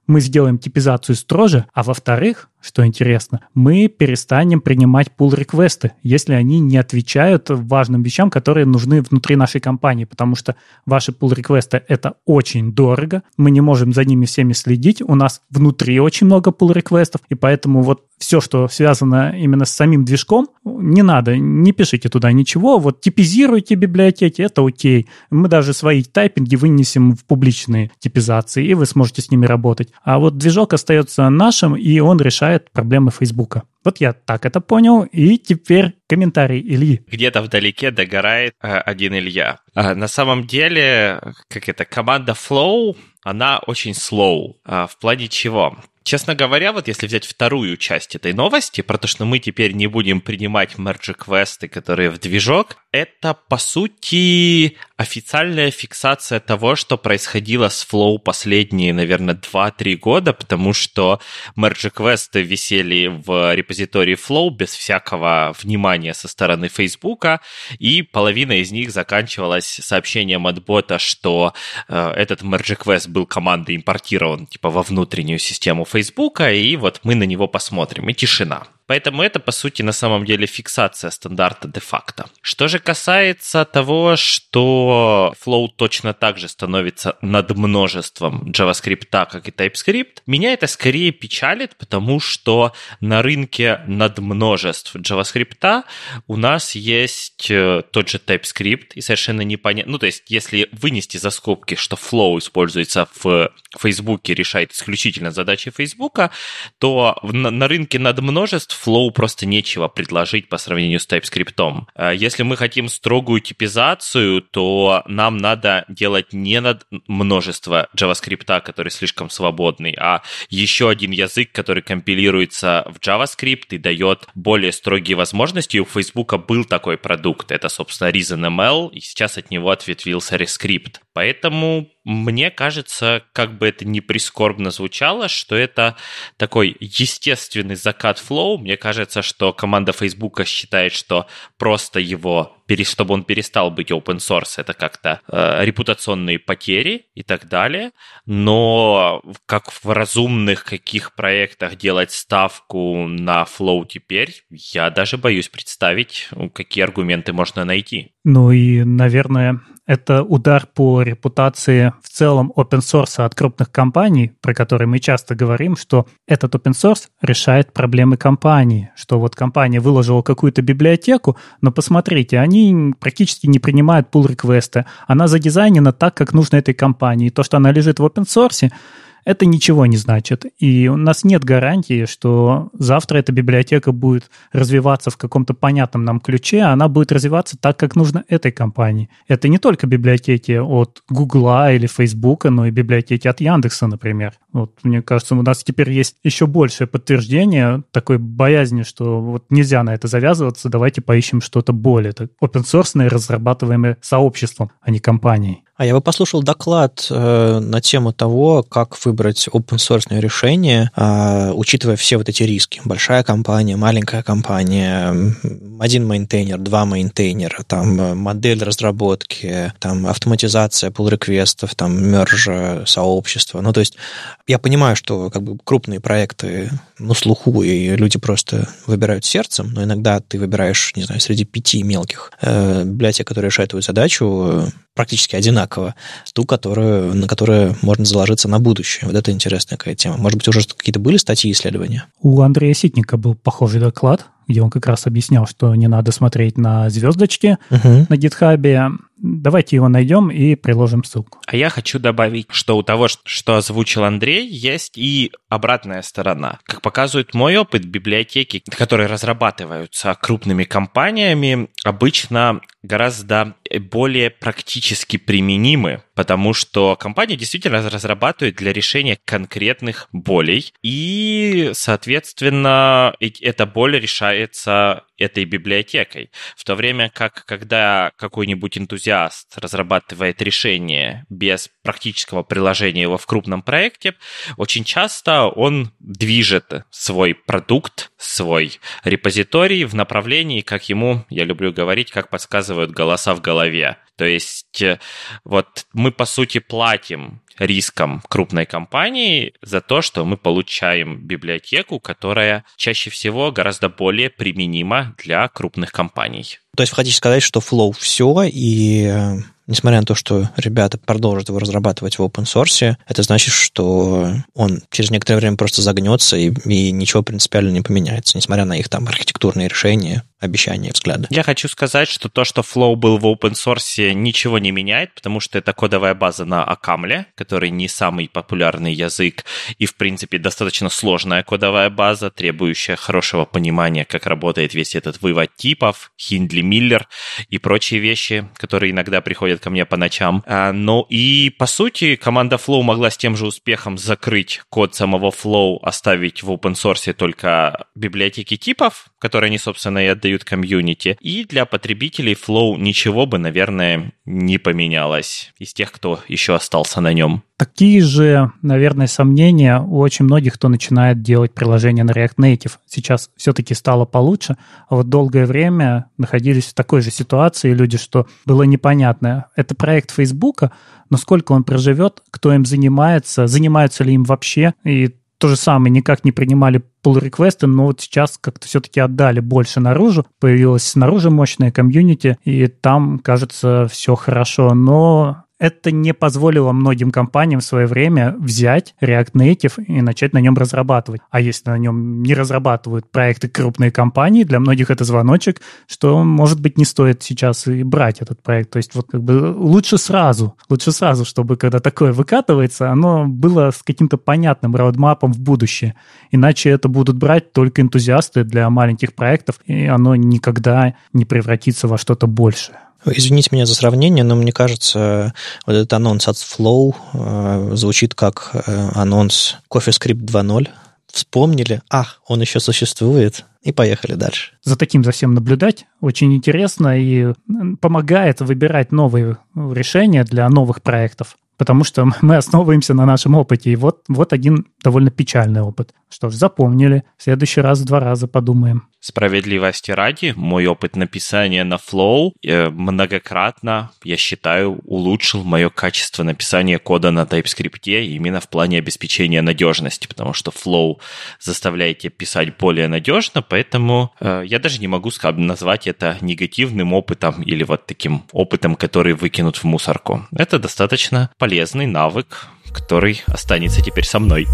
мы сделаем типизацию строже, а во-вторых, что интересно, мы перестанем принимать pull-реквесты, если они не отвечают важным вещам, которые нужны внутри нашей компании, потому что ваши pull-реквесты — это очень дорого, мы не можем за ними всеми следить, у нас внутри очень много pull-реквестов, и поэтому вот все, что связано именно с самим движком, не надо, не пишите туда ничего, вот типизируйте библиотеки, это окей. Мы даже свои тайпинги вынесем в публичные типизации, и вы сможете с ними работать. А вот движок остается нашим, и он решает проблемы Фейсбука. Вот я так это понял, и теперь комментарий Ильи. Где-то вдалеке догорает один Илья. На самом деле, команда Flow, она очень slow. В плане чего? Честно говоря, вот если взять вторую часть этой новости, про то, что мы теперь не будем принимать мердж-реквесты, которые в движок, это, по сути, официальная фиксация того, что происходило с Flow последние, наверное, 2-3 года, потому что мердж-реквесты висели в репозитории Flow без всякого внимания со стороны Фейсбука, и половина из них заканчивалась сообщением от бота, что этот мердж-реквест был командой импортирован во внутреннюю систему Фейсбука, и вот мы на него посмотрим, и тишина. Поэтому это, по сути, на самом деле фиксация стандарта де-факто. Что же касается того, что Flow точно так же становится над множеством JavaScript, как и TypeScript, меня это скорее печалит, потому что на рынке надмножеств JavaScript у нас есть тот же TypeScript, и совершенно непонятно... то есть, если вынести за скобки, что Flow используется в Facebook, решает исключительно задачи Facebook, то на рынке надмножеств Flow просто нечего предложить по сравнению с TypeScript. Если мы хотим строгую типизацию, то нам надо делать не над множество JavaScript, который слишком свободный, а еще один язык, который компилируется в JavaScript и дает более строгие возможности. У Facebook был такой продукт, это, собственно, ReasonML, и сейчас от него ответвился Rescript. Поэтому мне кажется, как бы это ни прискорбно звучало, что это такой естественный закат Flow. Мне кажется, что команда Facebook считает, что просто его, чтобы он перестал быть open source, это как-то репутационные потери и так далее. Но как в разумных каких проектах делать ставку на Flow теперь, я даже боюсь представить, какие аргументы можно найти. Ну и, наверное, это удар по репутации в целом open source от крупных компаний, про которые мы часто говорим, что этот open source решает проблемы компании, что вот компания выложила какую-то библиотеку, но посмотрите, они практически не принимают pull-реквесты, она задизайнена так, как нужно этой компании, то, что она лежит в open source, это ничего не значит. И у нас нет гарантии, что завтра эта библиотека будет развиваться в каком-то понятном нам ключе, а она будет развиваться так, как нужно этой компании. Это не только библиотеки от Гугла или Фейсбука, но и библиотеки от Яндекса, например. Вот, мне кажется, у нас теперь есть еще большее подтверждение такой боязни, что вот нельзя на это завязываться, давайте поищем что-то более open-source, разрабатываемое сообществом, а не компанией. А я бы послушал доклад на тему того, как выбрать open-source решение, учитывая все вот эти риски. Большая компания, маленькая компания, один мейнтейнер, два мейнтейнера, там модель разработки, там автоматизация pull-реквестов, там мерж сообщества. Ну, то есть я понимаю, что как бы крупные проекты на слуху, и люди просто выбирают сердцем, но иногда ты выбираешь, не знаю, среди 5 мелких библиотек, которые решают твою задачу, практически одинаково, ту, на которую можно заложиться на будущее. Вот это интересная какая тема. Может быть, уже какие-то были статьи, исследования? У Андрея Ситника был похожий доклад, где он как раз объяснял, что не надо смотреть на звездочки на гитхабе. Давайте его найдем и приложим ссылку. А я хочу добавить, что у того, что озвучил Андрей, есть и обратная сторона. Как показывает мой опыт, библиотеки, которые разрабатываются крупными компаниями, обычно гораздо более практически применимы, потому что компания действительно разрабатывает для решения конкретных болей, и, соответственно, эта боль решается этой библиотекой. В то время как, когда какой-нибудь энтузиаст разрабатывает решение без практического приложения его в крупном проекте, очень часто он движет свой продукт, свой репозиторий в направлении, как ему, я люблю говорить, как подсказывают голоса в голове. То есть вот мы, по сути, платим риском крупной компании за то, что мы получаем библиотеку, которая чаще всего гораздо более применима для крупных компаний. То есть вы хотите сказать, что Flow все, и несмотря на то, что ребята продолжат его разрабатывать в open source, это значит, что он через некоторое время просто загнется и ничего принципиально не поменяется, несмотря на их там архитектурные решения, обещания, взгляды. Я хочу сказать, что то, что Flow был в open source, ничего не меняет, потому что это кодовая база на Акамле, который не самый популярный язык и, в принципе, достаточно сложная кодовая база, требующая хорошего понимания, как работает весь этот вывод типов, Хиндли-Миллер и прочие вещи, которые иногда приходят ко мне по ночам. Но и, по сути, команда Flow могла с тем же успехом закрыть код самого Flow, оставить в open source только библиотеки типов, которые они, собственно, и отдают комьюнити. И для потребителей Flow ничего бы, наверное, не поменялось из тех, кто еще остался на нем. Такие же, наверное, сомнения у очень многих, кто начинает делать приложение на React Native. Сейчас все-таки стало получше, а вот долгое время находились в такой же ситуации люди, что было непонятно. Это проект Фейсбука, но сколько он проживет, кто им занимается ли им вообще, и то же самое, никак не принимали pull-реквесты, но вот сейчас как-то все-таки отдали больше наружу, появилось снаружи мощное комьюнити, и там, кажется, все хорошо, но это не позволило многим компаниям в свое время взять React Native и начать на нем разрабатывать. А если на нем не разрабатывают проекты крупные компании, для многих это звоночек, что, может быть, не стоит сейчас и брать этот проект. То есть вот как бы лучше сразу, чтобы когда такое выкатывается, оно было с каким-то понятным роудмапом в будущее. Иначе это будут брать только энтузиасты для маленьких проектов, и оно никогда не превратится во что-то большее. Извините меня за сравнение, но мне кажется, вот этот анонс от Flow звучит как анонс CoffeeScript 2.0. Вспомнили, он еще существует, и поехали дальше. За таким всем наблюдать очень интересно и помогает выбирать новые решения для новых проектов. Потому что мы основываемся на нашем опыте. И вот один довольно печальный опыт. Что ж, запомнили. В следующий раз 2 раза подумаем. Справедливости ради, мой опыт написания на Flow многократно, я считаю, улучшил мое качество написания кода на TypeScript именно в плане обеспечения надежности, потому что Flow заставляет тебя писать более надежно, поэтому я даже не могу назвать это негативным опытом или вот таким опытом, который выкинут в мусорку. Это достаточно полезный навык, который останется теперь со мной.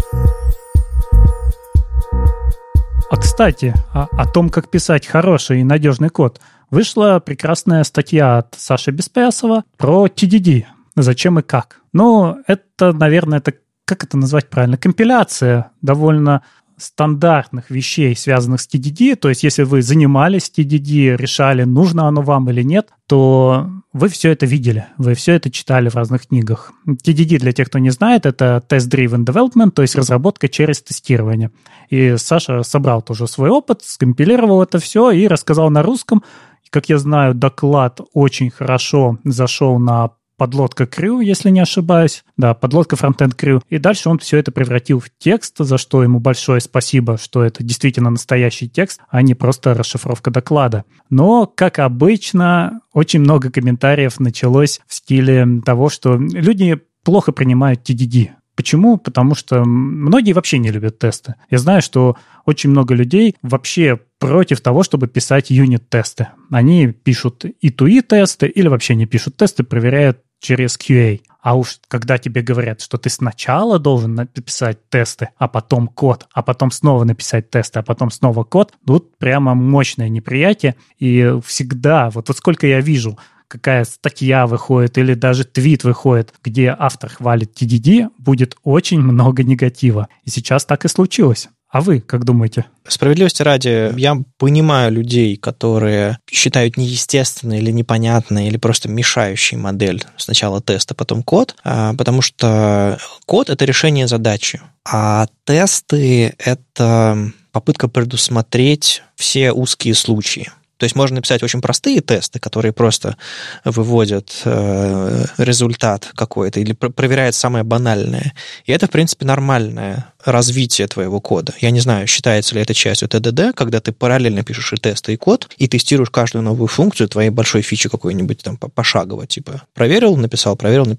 А, кстати, о том, как писать хороший и надежный код, вышла прекрасная статья от Саши Беспясова про TDD. Зачем и как. Ну, это, наверное, как это назвать правильно? Компиляция довольно стандартных вещей, связанных с TDD. То есть, если вы занимались TDD, решали, нужно оно вам или нет, то вы все это видели, вы все это читали в разных книгах. TDD, для тех, кто не знает, это Test-Driven Development, то есть разработка через тестирование. И Саша собрал тоже свой опыт, скомпилировал это все и рассказал на русском. Как я знаю, доклад очень хорошо зашел на подлодка Crew, если не ошибаюсь. Да, подлодка Frontend Crew. И дальше он все это превратил в текст, за что ему большое спасибо, что это действительно настоящий текст, а не просто расшифровка доклада. Но, как обычно, очень много комментариев началось в стиле того, что люди плохо принимают TDD. Почему? Потому что многие вообще не любят тесты. Я знаю, что очень много людей вообще против того, чтобы писать юнит-тесты. Они пишут E2E тесты или вообще не пишут тесты, проверяют через QA. А уж когда тебе говорят, что ты сначала должен написать тесты, а потом код, а потом снова написать тесты, а потом снова код, тут прямо мощное неприятие. И всегда, вот сколько я вижу, какая статья выходит или даже твит выходит, где автор хвалит TDD, будет очень много негатива. И сейчас так и случилось. А вы как думаете? Справедливости ради, я понимаю людей, которые считают неестественной или непонятной, или просто мешающей модель сначала теста, потом код, потому что код — это решение задачи, а тесты — это попытка предусмотреть все узкие случаи. То есть можно написать очень простые тесты, которые просто выводят результат какой-то или проверяют самое банальное. И это, в принципе, нормальная развития твоего кода. Я не знаю, считается ли это частью TDD, когда ты параллельно пишешь и тесты, и код, и тестируешь каждую новую функцию твоей большой фичи какой-нибудь там пошагово, типа проверил, написал.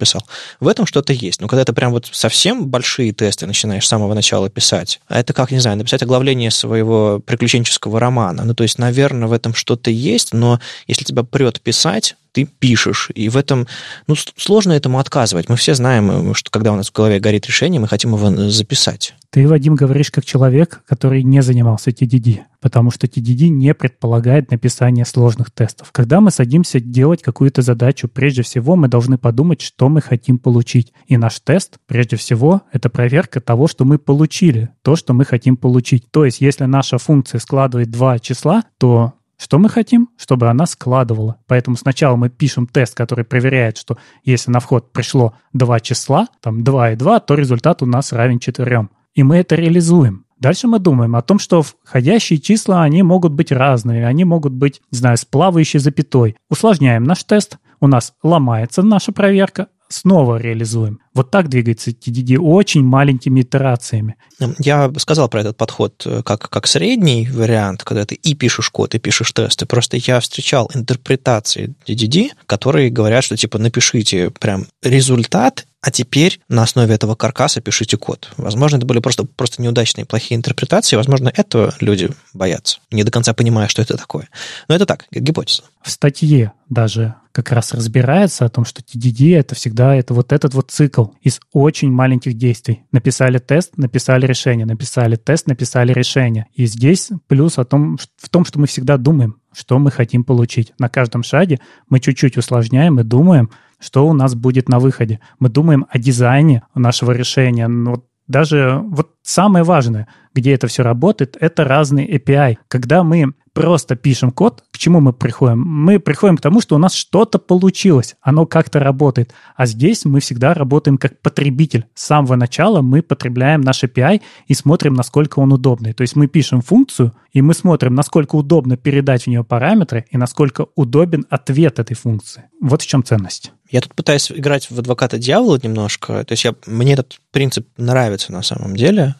В этом что-то есть. Но когда ты прям вот совсем большие тесты начинаешь с самого начала писать, а это как, не знаю, написать оглавление своего приключенческого романа. Ну, то есть, наверное, в этом что-то есть, но если тебя прет писать, ты пишешь, и в этом, сложно этому отказывать. Мы все знаем, что когда у нас в голове горит решение, мы хотим его записать. Ты, Вадим, говоришь как человек, который не занимался TDD, потому что TDD не предполагает написание сложных тестов. Когда мы садимся делать какую-то задачу, прежде всего мы должны подумать, что мы хотим получить. И наш тест, прежде всего, это проверка того, что мы получили, то, что мы хотим получить. То есть, если наша функция складывает два числа, то что мы хотим? Чтобы она складывала. Поэтому сначала мы пишем тест, который проверяет, что если на вход пришло два числа, там 2 и 2, то результат у нас равен 4. И мы это реализуем. Дальше мы думаем о том, что входящие числа, они могут быть разные, они могут быть, не знаю, с плавающей запятой. Усложняем наш тест, у нас ломается наша проверка, снова реализуем. Вот так двигается TDD очень маленькими итерациями. Я сказал про этот подход как средний вариант, когда ты и пишешь код, и пишешь тесты. Просто я встречал интерпретации TDD, которые говорят, что типа напишите прям результат, а теперь на основе этого каркаса пишите код. Возможно, это были просто неудачные, плохие интерпретации. Возможно, этого люди боятся, не до конца понимая, что это такое. Но это так, гипотеза. В статье даже как раз разбирается о том, что TDD — это всегда вот этот вот цикл из очень маленьких действий. Написали тест, написали решение, написали тест, написали решение. И здесь плюс в том, что мы всегда думаем, что мы хотим получить. На каждом шаге мы чуть-чуть усложняем и думаем, что у нас будет на выходе. Мы думаем о дизайне нашего решения. Но даже вот самое важное, где это все работает, это разные API. Когда мы просто пишем код, к чему мы приходим? Мы приходим к тому, что у нас что-то получилось, оно как-то работает. А здесь мы всегда работаем как потребитель. С самого начала мы потребляем наш API и смотрим, насколько он удобный. То есть мы пишем функцию, и мы смотрим, насколько удобно передать в нее параметры и насколько удобен ответ этой функции. Вот в чем ценность. Я тут пытаюсь играть в адвоката дьявола немножко. То есть мне этот принцип нравится на самом деле,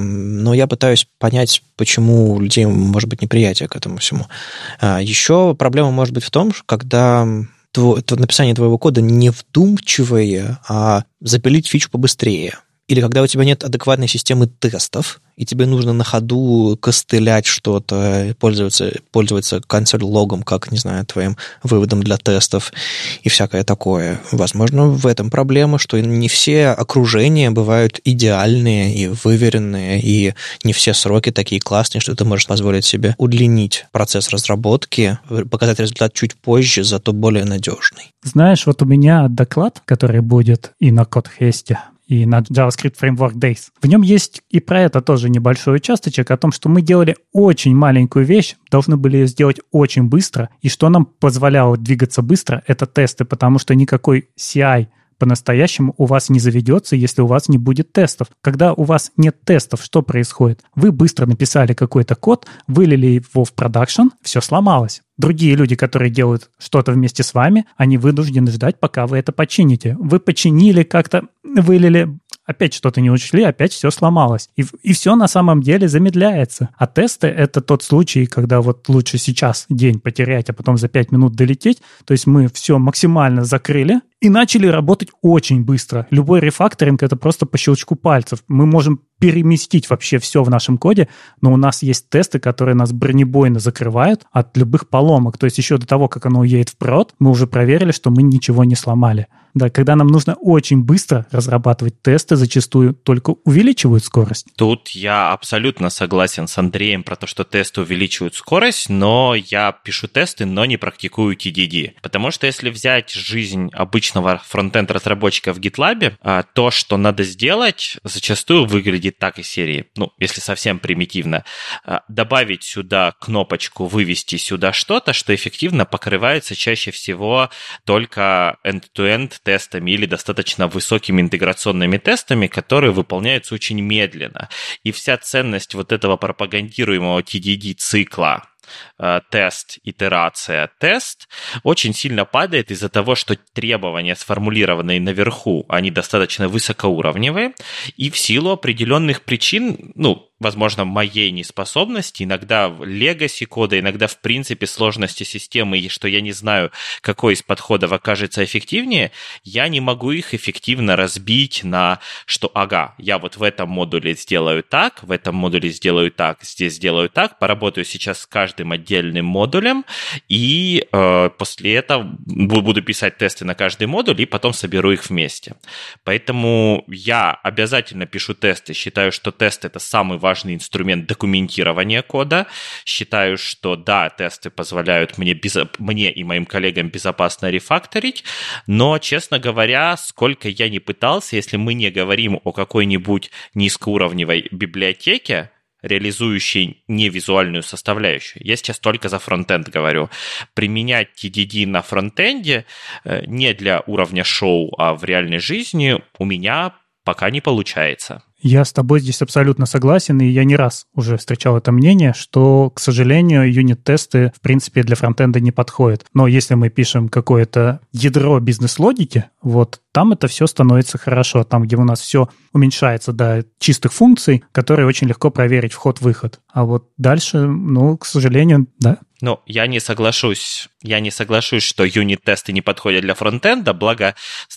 но я пытаюсь понять, почему у людей может быть неприятие к этому всему. Еще проблема может быть в том, что когда написание твоего кода не вдумчивое, а запилить фичу побыстрее. Или когда у тебя нет адекватной системы тестов, и тебе нужно на ходу костылять что-то, пользоваться консоль-логом, как, не знаю, твоим выводом для тестов и всякое такое. Возможно, в этом проблема, что не все окружения бывают идеальные и выверенные, и не все сроки такие классные, что ты можешь позволить себе удлинить процесс разработки, показать результат чуть позже, зато более надежный. Знаешь, вот у меня доклад, который будет и на CodeFest, и на JavaScript Framework Days. В нем есть и про это тоже небольшой участочек о том, что мы делали очень маленькую вещь, должны были ее сделать очень быстро, и что нам позволяло двигаться быстро, это тесты, потому что никакой CI по-настоящему у вас не заведется, если у вас не будет тестов. Когда у вас нет тестов, что происходит? Вы быстро написали какой-то код, вылили его в продакшн, все сломалось. Другие люди, которые делают что-то вместе с вами, они вынуждены ждать, пока вы это почините. Вы починили как-то, вылили, опять что-то не учли, опять все сломалось. И все на самом деле замедляется. А тесты — это тот случай, когда вот лучше сейчас день потерять, а потом за 5 минут долететь. То есть мы все максимально закрыли и начали работать очень быстро. Любой рефакторинг — это просто по щелчку пальцев. Мы можем переместить вообще все в нашем коде, но у нас есть тесты, которые нас бронебойно закрывают от любых поломок. То есть еще до того, как оно уедет в прод, мы уже проверили, что мы ничего не сломали. Да, когда нам нужно очень быстро разрабатывать тесты, зачастую только увеличивают скорость. Тут я абсолютно согласен с Андреем про то, что тесты увеличивают скорость, но я пишу тесты, но не практикую TDD. Потому что если взять жизнь обычного фронтенд-разработчика в GitLab, то, что надо сделать, зачастую выглядит так из серии. Ну, если совсем примитивно. Добавить сюда кнопочку, вывести сюда что-то, что эффективно покрывается чаще всего только end-to-end тестами или достаточно высокими интеграционными тестами, которые выполняются очень медленно. И вся ценность вот этого пропагандируемого TDD-цикла тест, итерация, тест очень сильно падает из-за того, что требования, сформулированные наверху, они достаточно высокоуровневые, и в силу определенных причин, возможно, моей неспособности, иногда legacy кода, иногда, в принципе, сложности системы, и что я не знаю, какой из подходов окажется эффективнее, я не могу их эффективно разбить на, что, я вот в этом модуле сделаю так, в этом модуле сделаю так, здесь сделаю так, поработаю сейчас с каждым отдельным модулем, и после этого буду писать тесты на каждый модуль, и потом соберу их вместе. Поэтому я обязательно пишу тесты, считаю, что тест — это самый важный инструмент документирования кода. Считаю, что да, тесты позволяют мне и моим коллегам безопасно рефакторить, но, честно говоря, сколько я ни пытался, если мы не говорим о какой-нибудь низкоуровневой библиотеке, реализующей не визуальную составляющую. Я сейчас только за фронтенд говорю. Применять TDD на фронтенде не для уровня шоу, а в реальной жизни у меня пока не получается. Я с тобой здесь абсолютно согласен, и я не раз уже встречал это мнение, что, к сожалению, юнит-тесты, в принципе, для фронтенда не подходят. Но если мы пишем какое-то ядро бизнес-логики, вот там это все становится хорошо. Там, где у нас все уменьшается до чистых функций, которые очень легко проверить вход-выход. А вот дальше, к сожалению, да. Я не соглашусь, что юнит-тесты не подходят для фронтенда, благо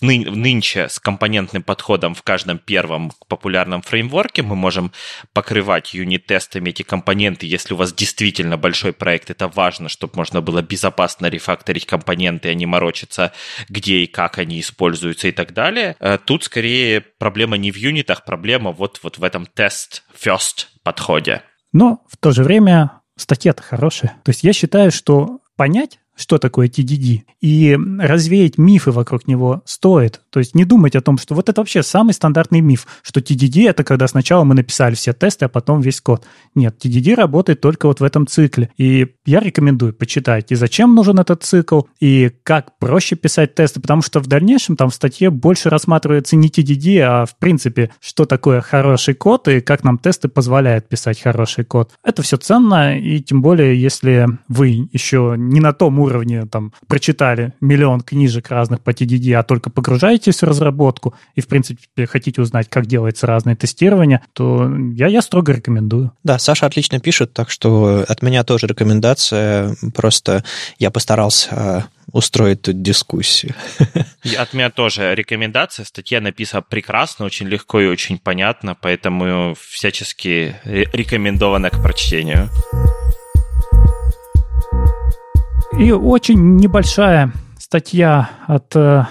нынче с компонентным подходом в каждом первом популярном фреймворке мы можем покрывать юнит-тестами эти компоненты, если у вас действительно большой проект. Это важно, чтобы можно было безопасно рефакторить компоненты, а не морочиться, где и как они используются и так далее. Тут скорее проблема не в юнитах, проблема вот в этом test-first подходе. Но в то же время статья-то хорошая. То есть я считаю, что понять, что такое TDD, и развеять мифы вокруг него стоит. То есть не думать о том, что вот это вообще самый стандартный миф, что TDD — это когда сначала мы написали все тесты, а потом весь код. Нет, TDD работает только вот в этом цикле. И я рекомендую почитать, и зачем нужен этот цикл, и как проще писать тесты, потому что в дальнейшем там в статье больше рассматривается не TDD, а в принципе, что такое хороший код и как нам тесты позволяют писать хороший код. Это все ценно, и тем более, если вы еще не на том уровне там прочитали миллион книжек разных по TDD, а только погружаетесь в разработку и, в принципе, хотите узнать, как делается разное тестирование, то я строго рекомендую. Да, Саша отлично пишет, так что от меня тоже рекомендация. Просто я постарался устроить тут дискуссию. И от меня тоже рекомендация. Статья написана прекрасно, очень легко и очень понятно, поэтому всячески рекомендована к прочтению. И очень небольшая статья от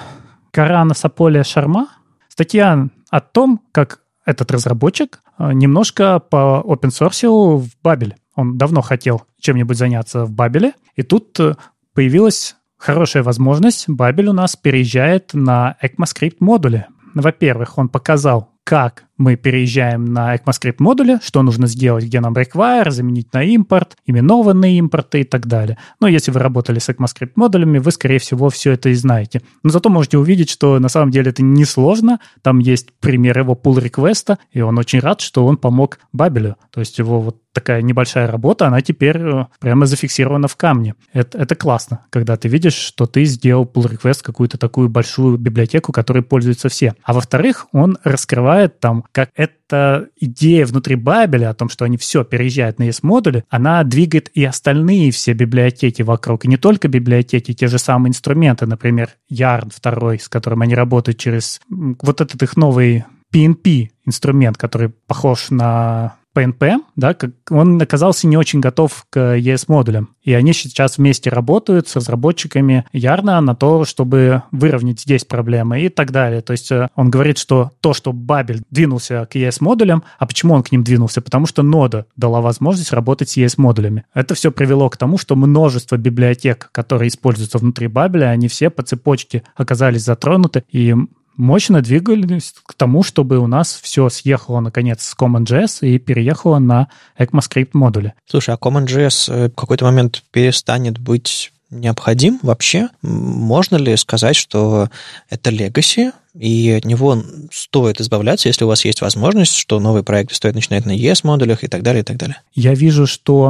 Карана Саполия Шарма. Статья о том, как этот разработчик немножко по open-source в Бабеле. Он давно хотел чем-нибудь заняться в Бабеле, и тут появилась хорошая возможность. Бабель у нас переезжает на ECMAScript модуле. Во-первых, он показал, как мы переезжаем на ECMAScript модуле, что нужно сделать, где нам require, заменить на импорт, именованные импорты и так далее. Но если вы работали с ECMAScript модулями, вы, скорее всего, все это и знаете. Но зато можете увидеть, что на самом деле это несложно. Там есть пример его pull-реквеста, и он очень рад, что он помог Бабелю. То есть его вот такая небольшая работа, она теперь прямо зафиксирована в камне. Это классно, когда ты видишь, что ты сделал pull-request, какую-то такую большую библиотеку, которой пользуются все. А во-вторых, он раскрывает там, как эта идея внутри Бабеля о том, что они все переезжают на ES-модули, она двигает и остальные все библиотеки вокруг. И не только библиотеки, те же самые инструменты, например, Yarn 2, с которым они работают через вот этот их новый PNP инструмент, который похож на PNP, да, он оказался не очень готов к ES-модулям. И они сейчас вместе работают с разработчиками Yarn на то, чтобы выровнять здесь проблемы и так далее. То есть он говорит, что то, что Бабель двинулся к ES-модулям, а почему он к ним двинулся? Потому что нода дала возможность работать с ES-модулями. Это все привело к тому, что множество библиотек, которые используются внутри Бабеля, они все по цепочке оказались затронуты, и мощно двигались к тому, чтобы у нас все съехало, наконец, с CommonJS и переехало на ECMAScript модули. Слушай, а CommonJS в какой-то момент перестанет быть необходим вообще? Можно ли сказать, что это legacy, и от него стоит избавляться, если у вас есть возможность, что новые проекты стоит начинать на ES-модулях и так далее, и так далее? Я вижу, что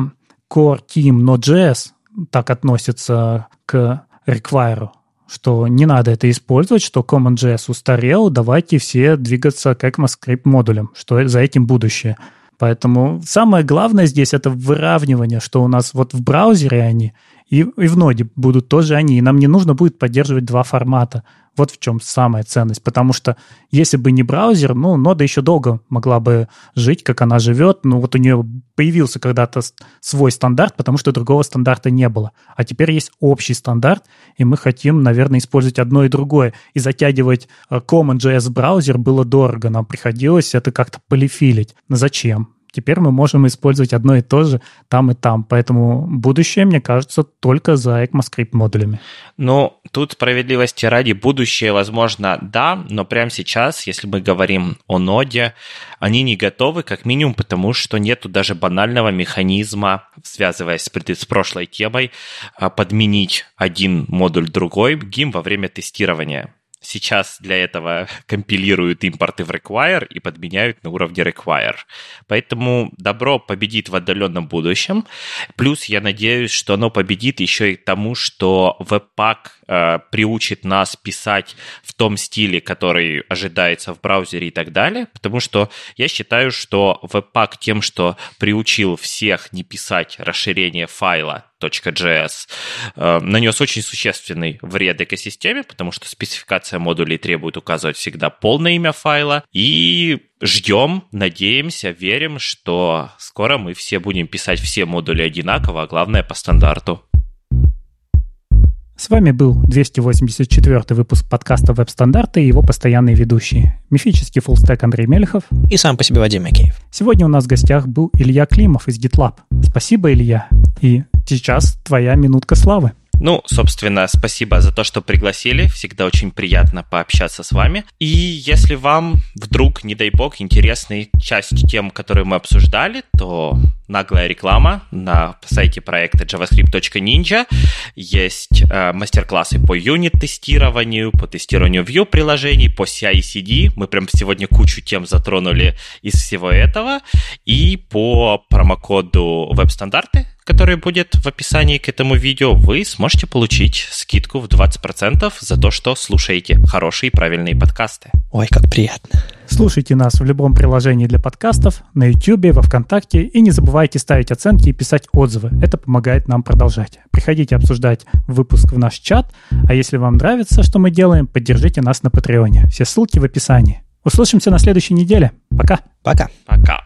Core Team Node.js так относится к require, что не надо это использовать, что CommonJS устарел, давайте все двигаться к ECMAScript модулям, что за этим будущее. Поэтому самое главное здесь это выравнивание, что у нас вот в браузере они и в ноде будут тоже они, и нам не нужно будет поддерживать два формата. Вот в чем самая ценность, потому что если бы не браузер, нода еще долго могла бы жить, как она живет, вот у нее появился когда-то свой стандарт, потому что другого стандарта не было. А теперь есть общий стандарт, и мы хотим, наверное, использовать одно и другое. И затягивать CommonJS браузер было дорого, нам приходилось это как-то полифилить. Зачем? Теперь мы можем использовать одно и то же там и там. Поэтому будущее, мне кажется, только за ECMAScript модулями. Тут справедливости ради, будущее, возможно, да, но прямо сейчас, если мы говорим о ноде, они не готовы, как минимум, потому что нету даже банального механизма, связываясь с прошлой темой, подменить один модуль другим во время тестирования. Сейчас для этого компилируют импорты в require и подменяют на уровне require. Поэтому добро победит в отдаленном будущем. Плюс я надеюсь, что оно победит еще и тому, что Webpack приучит нас писать в том стиле, который ожидается в браузере и так далее. Потому что я считаю, что Webpack тем, что приучил всех не писать расширение файла .js, нанес очень существенный вред экосистеме, потому что спецификация модулей требует указывать всегда полное имя файла. И ждем, надеемся, верим, что скоро мы все будем писать все модули одинаково, а главное по стандарту. С вами был 284-й выпуск подкаста «Веб-стандарты» и его постоянные ведущие. Мифический фуллстек Андрей Мелехов. И сам по себе Вадим Макеев. Сегодня у нас в гостях был Илья Климов из GitLab. Спасибо, Илья. И сейчас твоя минутка славы. Собственно, спасибо за то, что пригласили. Всегда очень приятно пообщаться с вами. И если вам вдруг, не дай бог, интересны часть тем, которые мы обсуждали, то наглая реклама на сайте проекта javascript.ninja. Есть мастер-классы по юнит-тестированию, по тестированию Vue-приложений, по CI/CD. Мы прям сегодня кучу тем затронули из всего этого. И по промокоду «Веб-стандарты», который будет в описании к этому видео, вы сможете получить скидку в 20% за то, что слушаете хорошие и правильные подкасты. Ой, как приятно. Слушайте нас в любом приложении для подкастов, на YouTube, во ВКонтакте, и не забывайте ставить оценки и писать отзывы. Это помогает нам продолжать. Приходите обсуждать выпуск в наш чат, а если вам нравится, что мы делаем, поддержите нас на Патреоне. Все ссылки в описании. Услышимся на следующей неделе. Пока. Пока. Пока.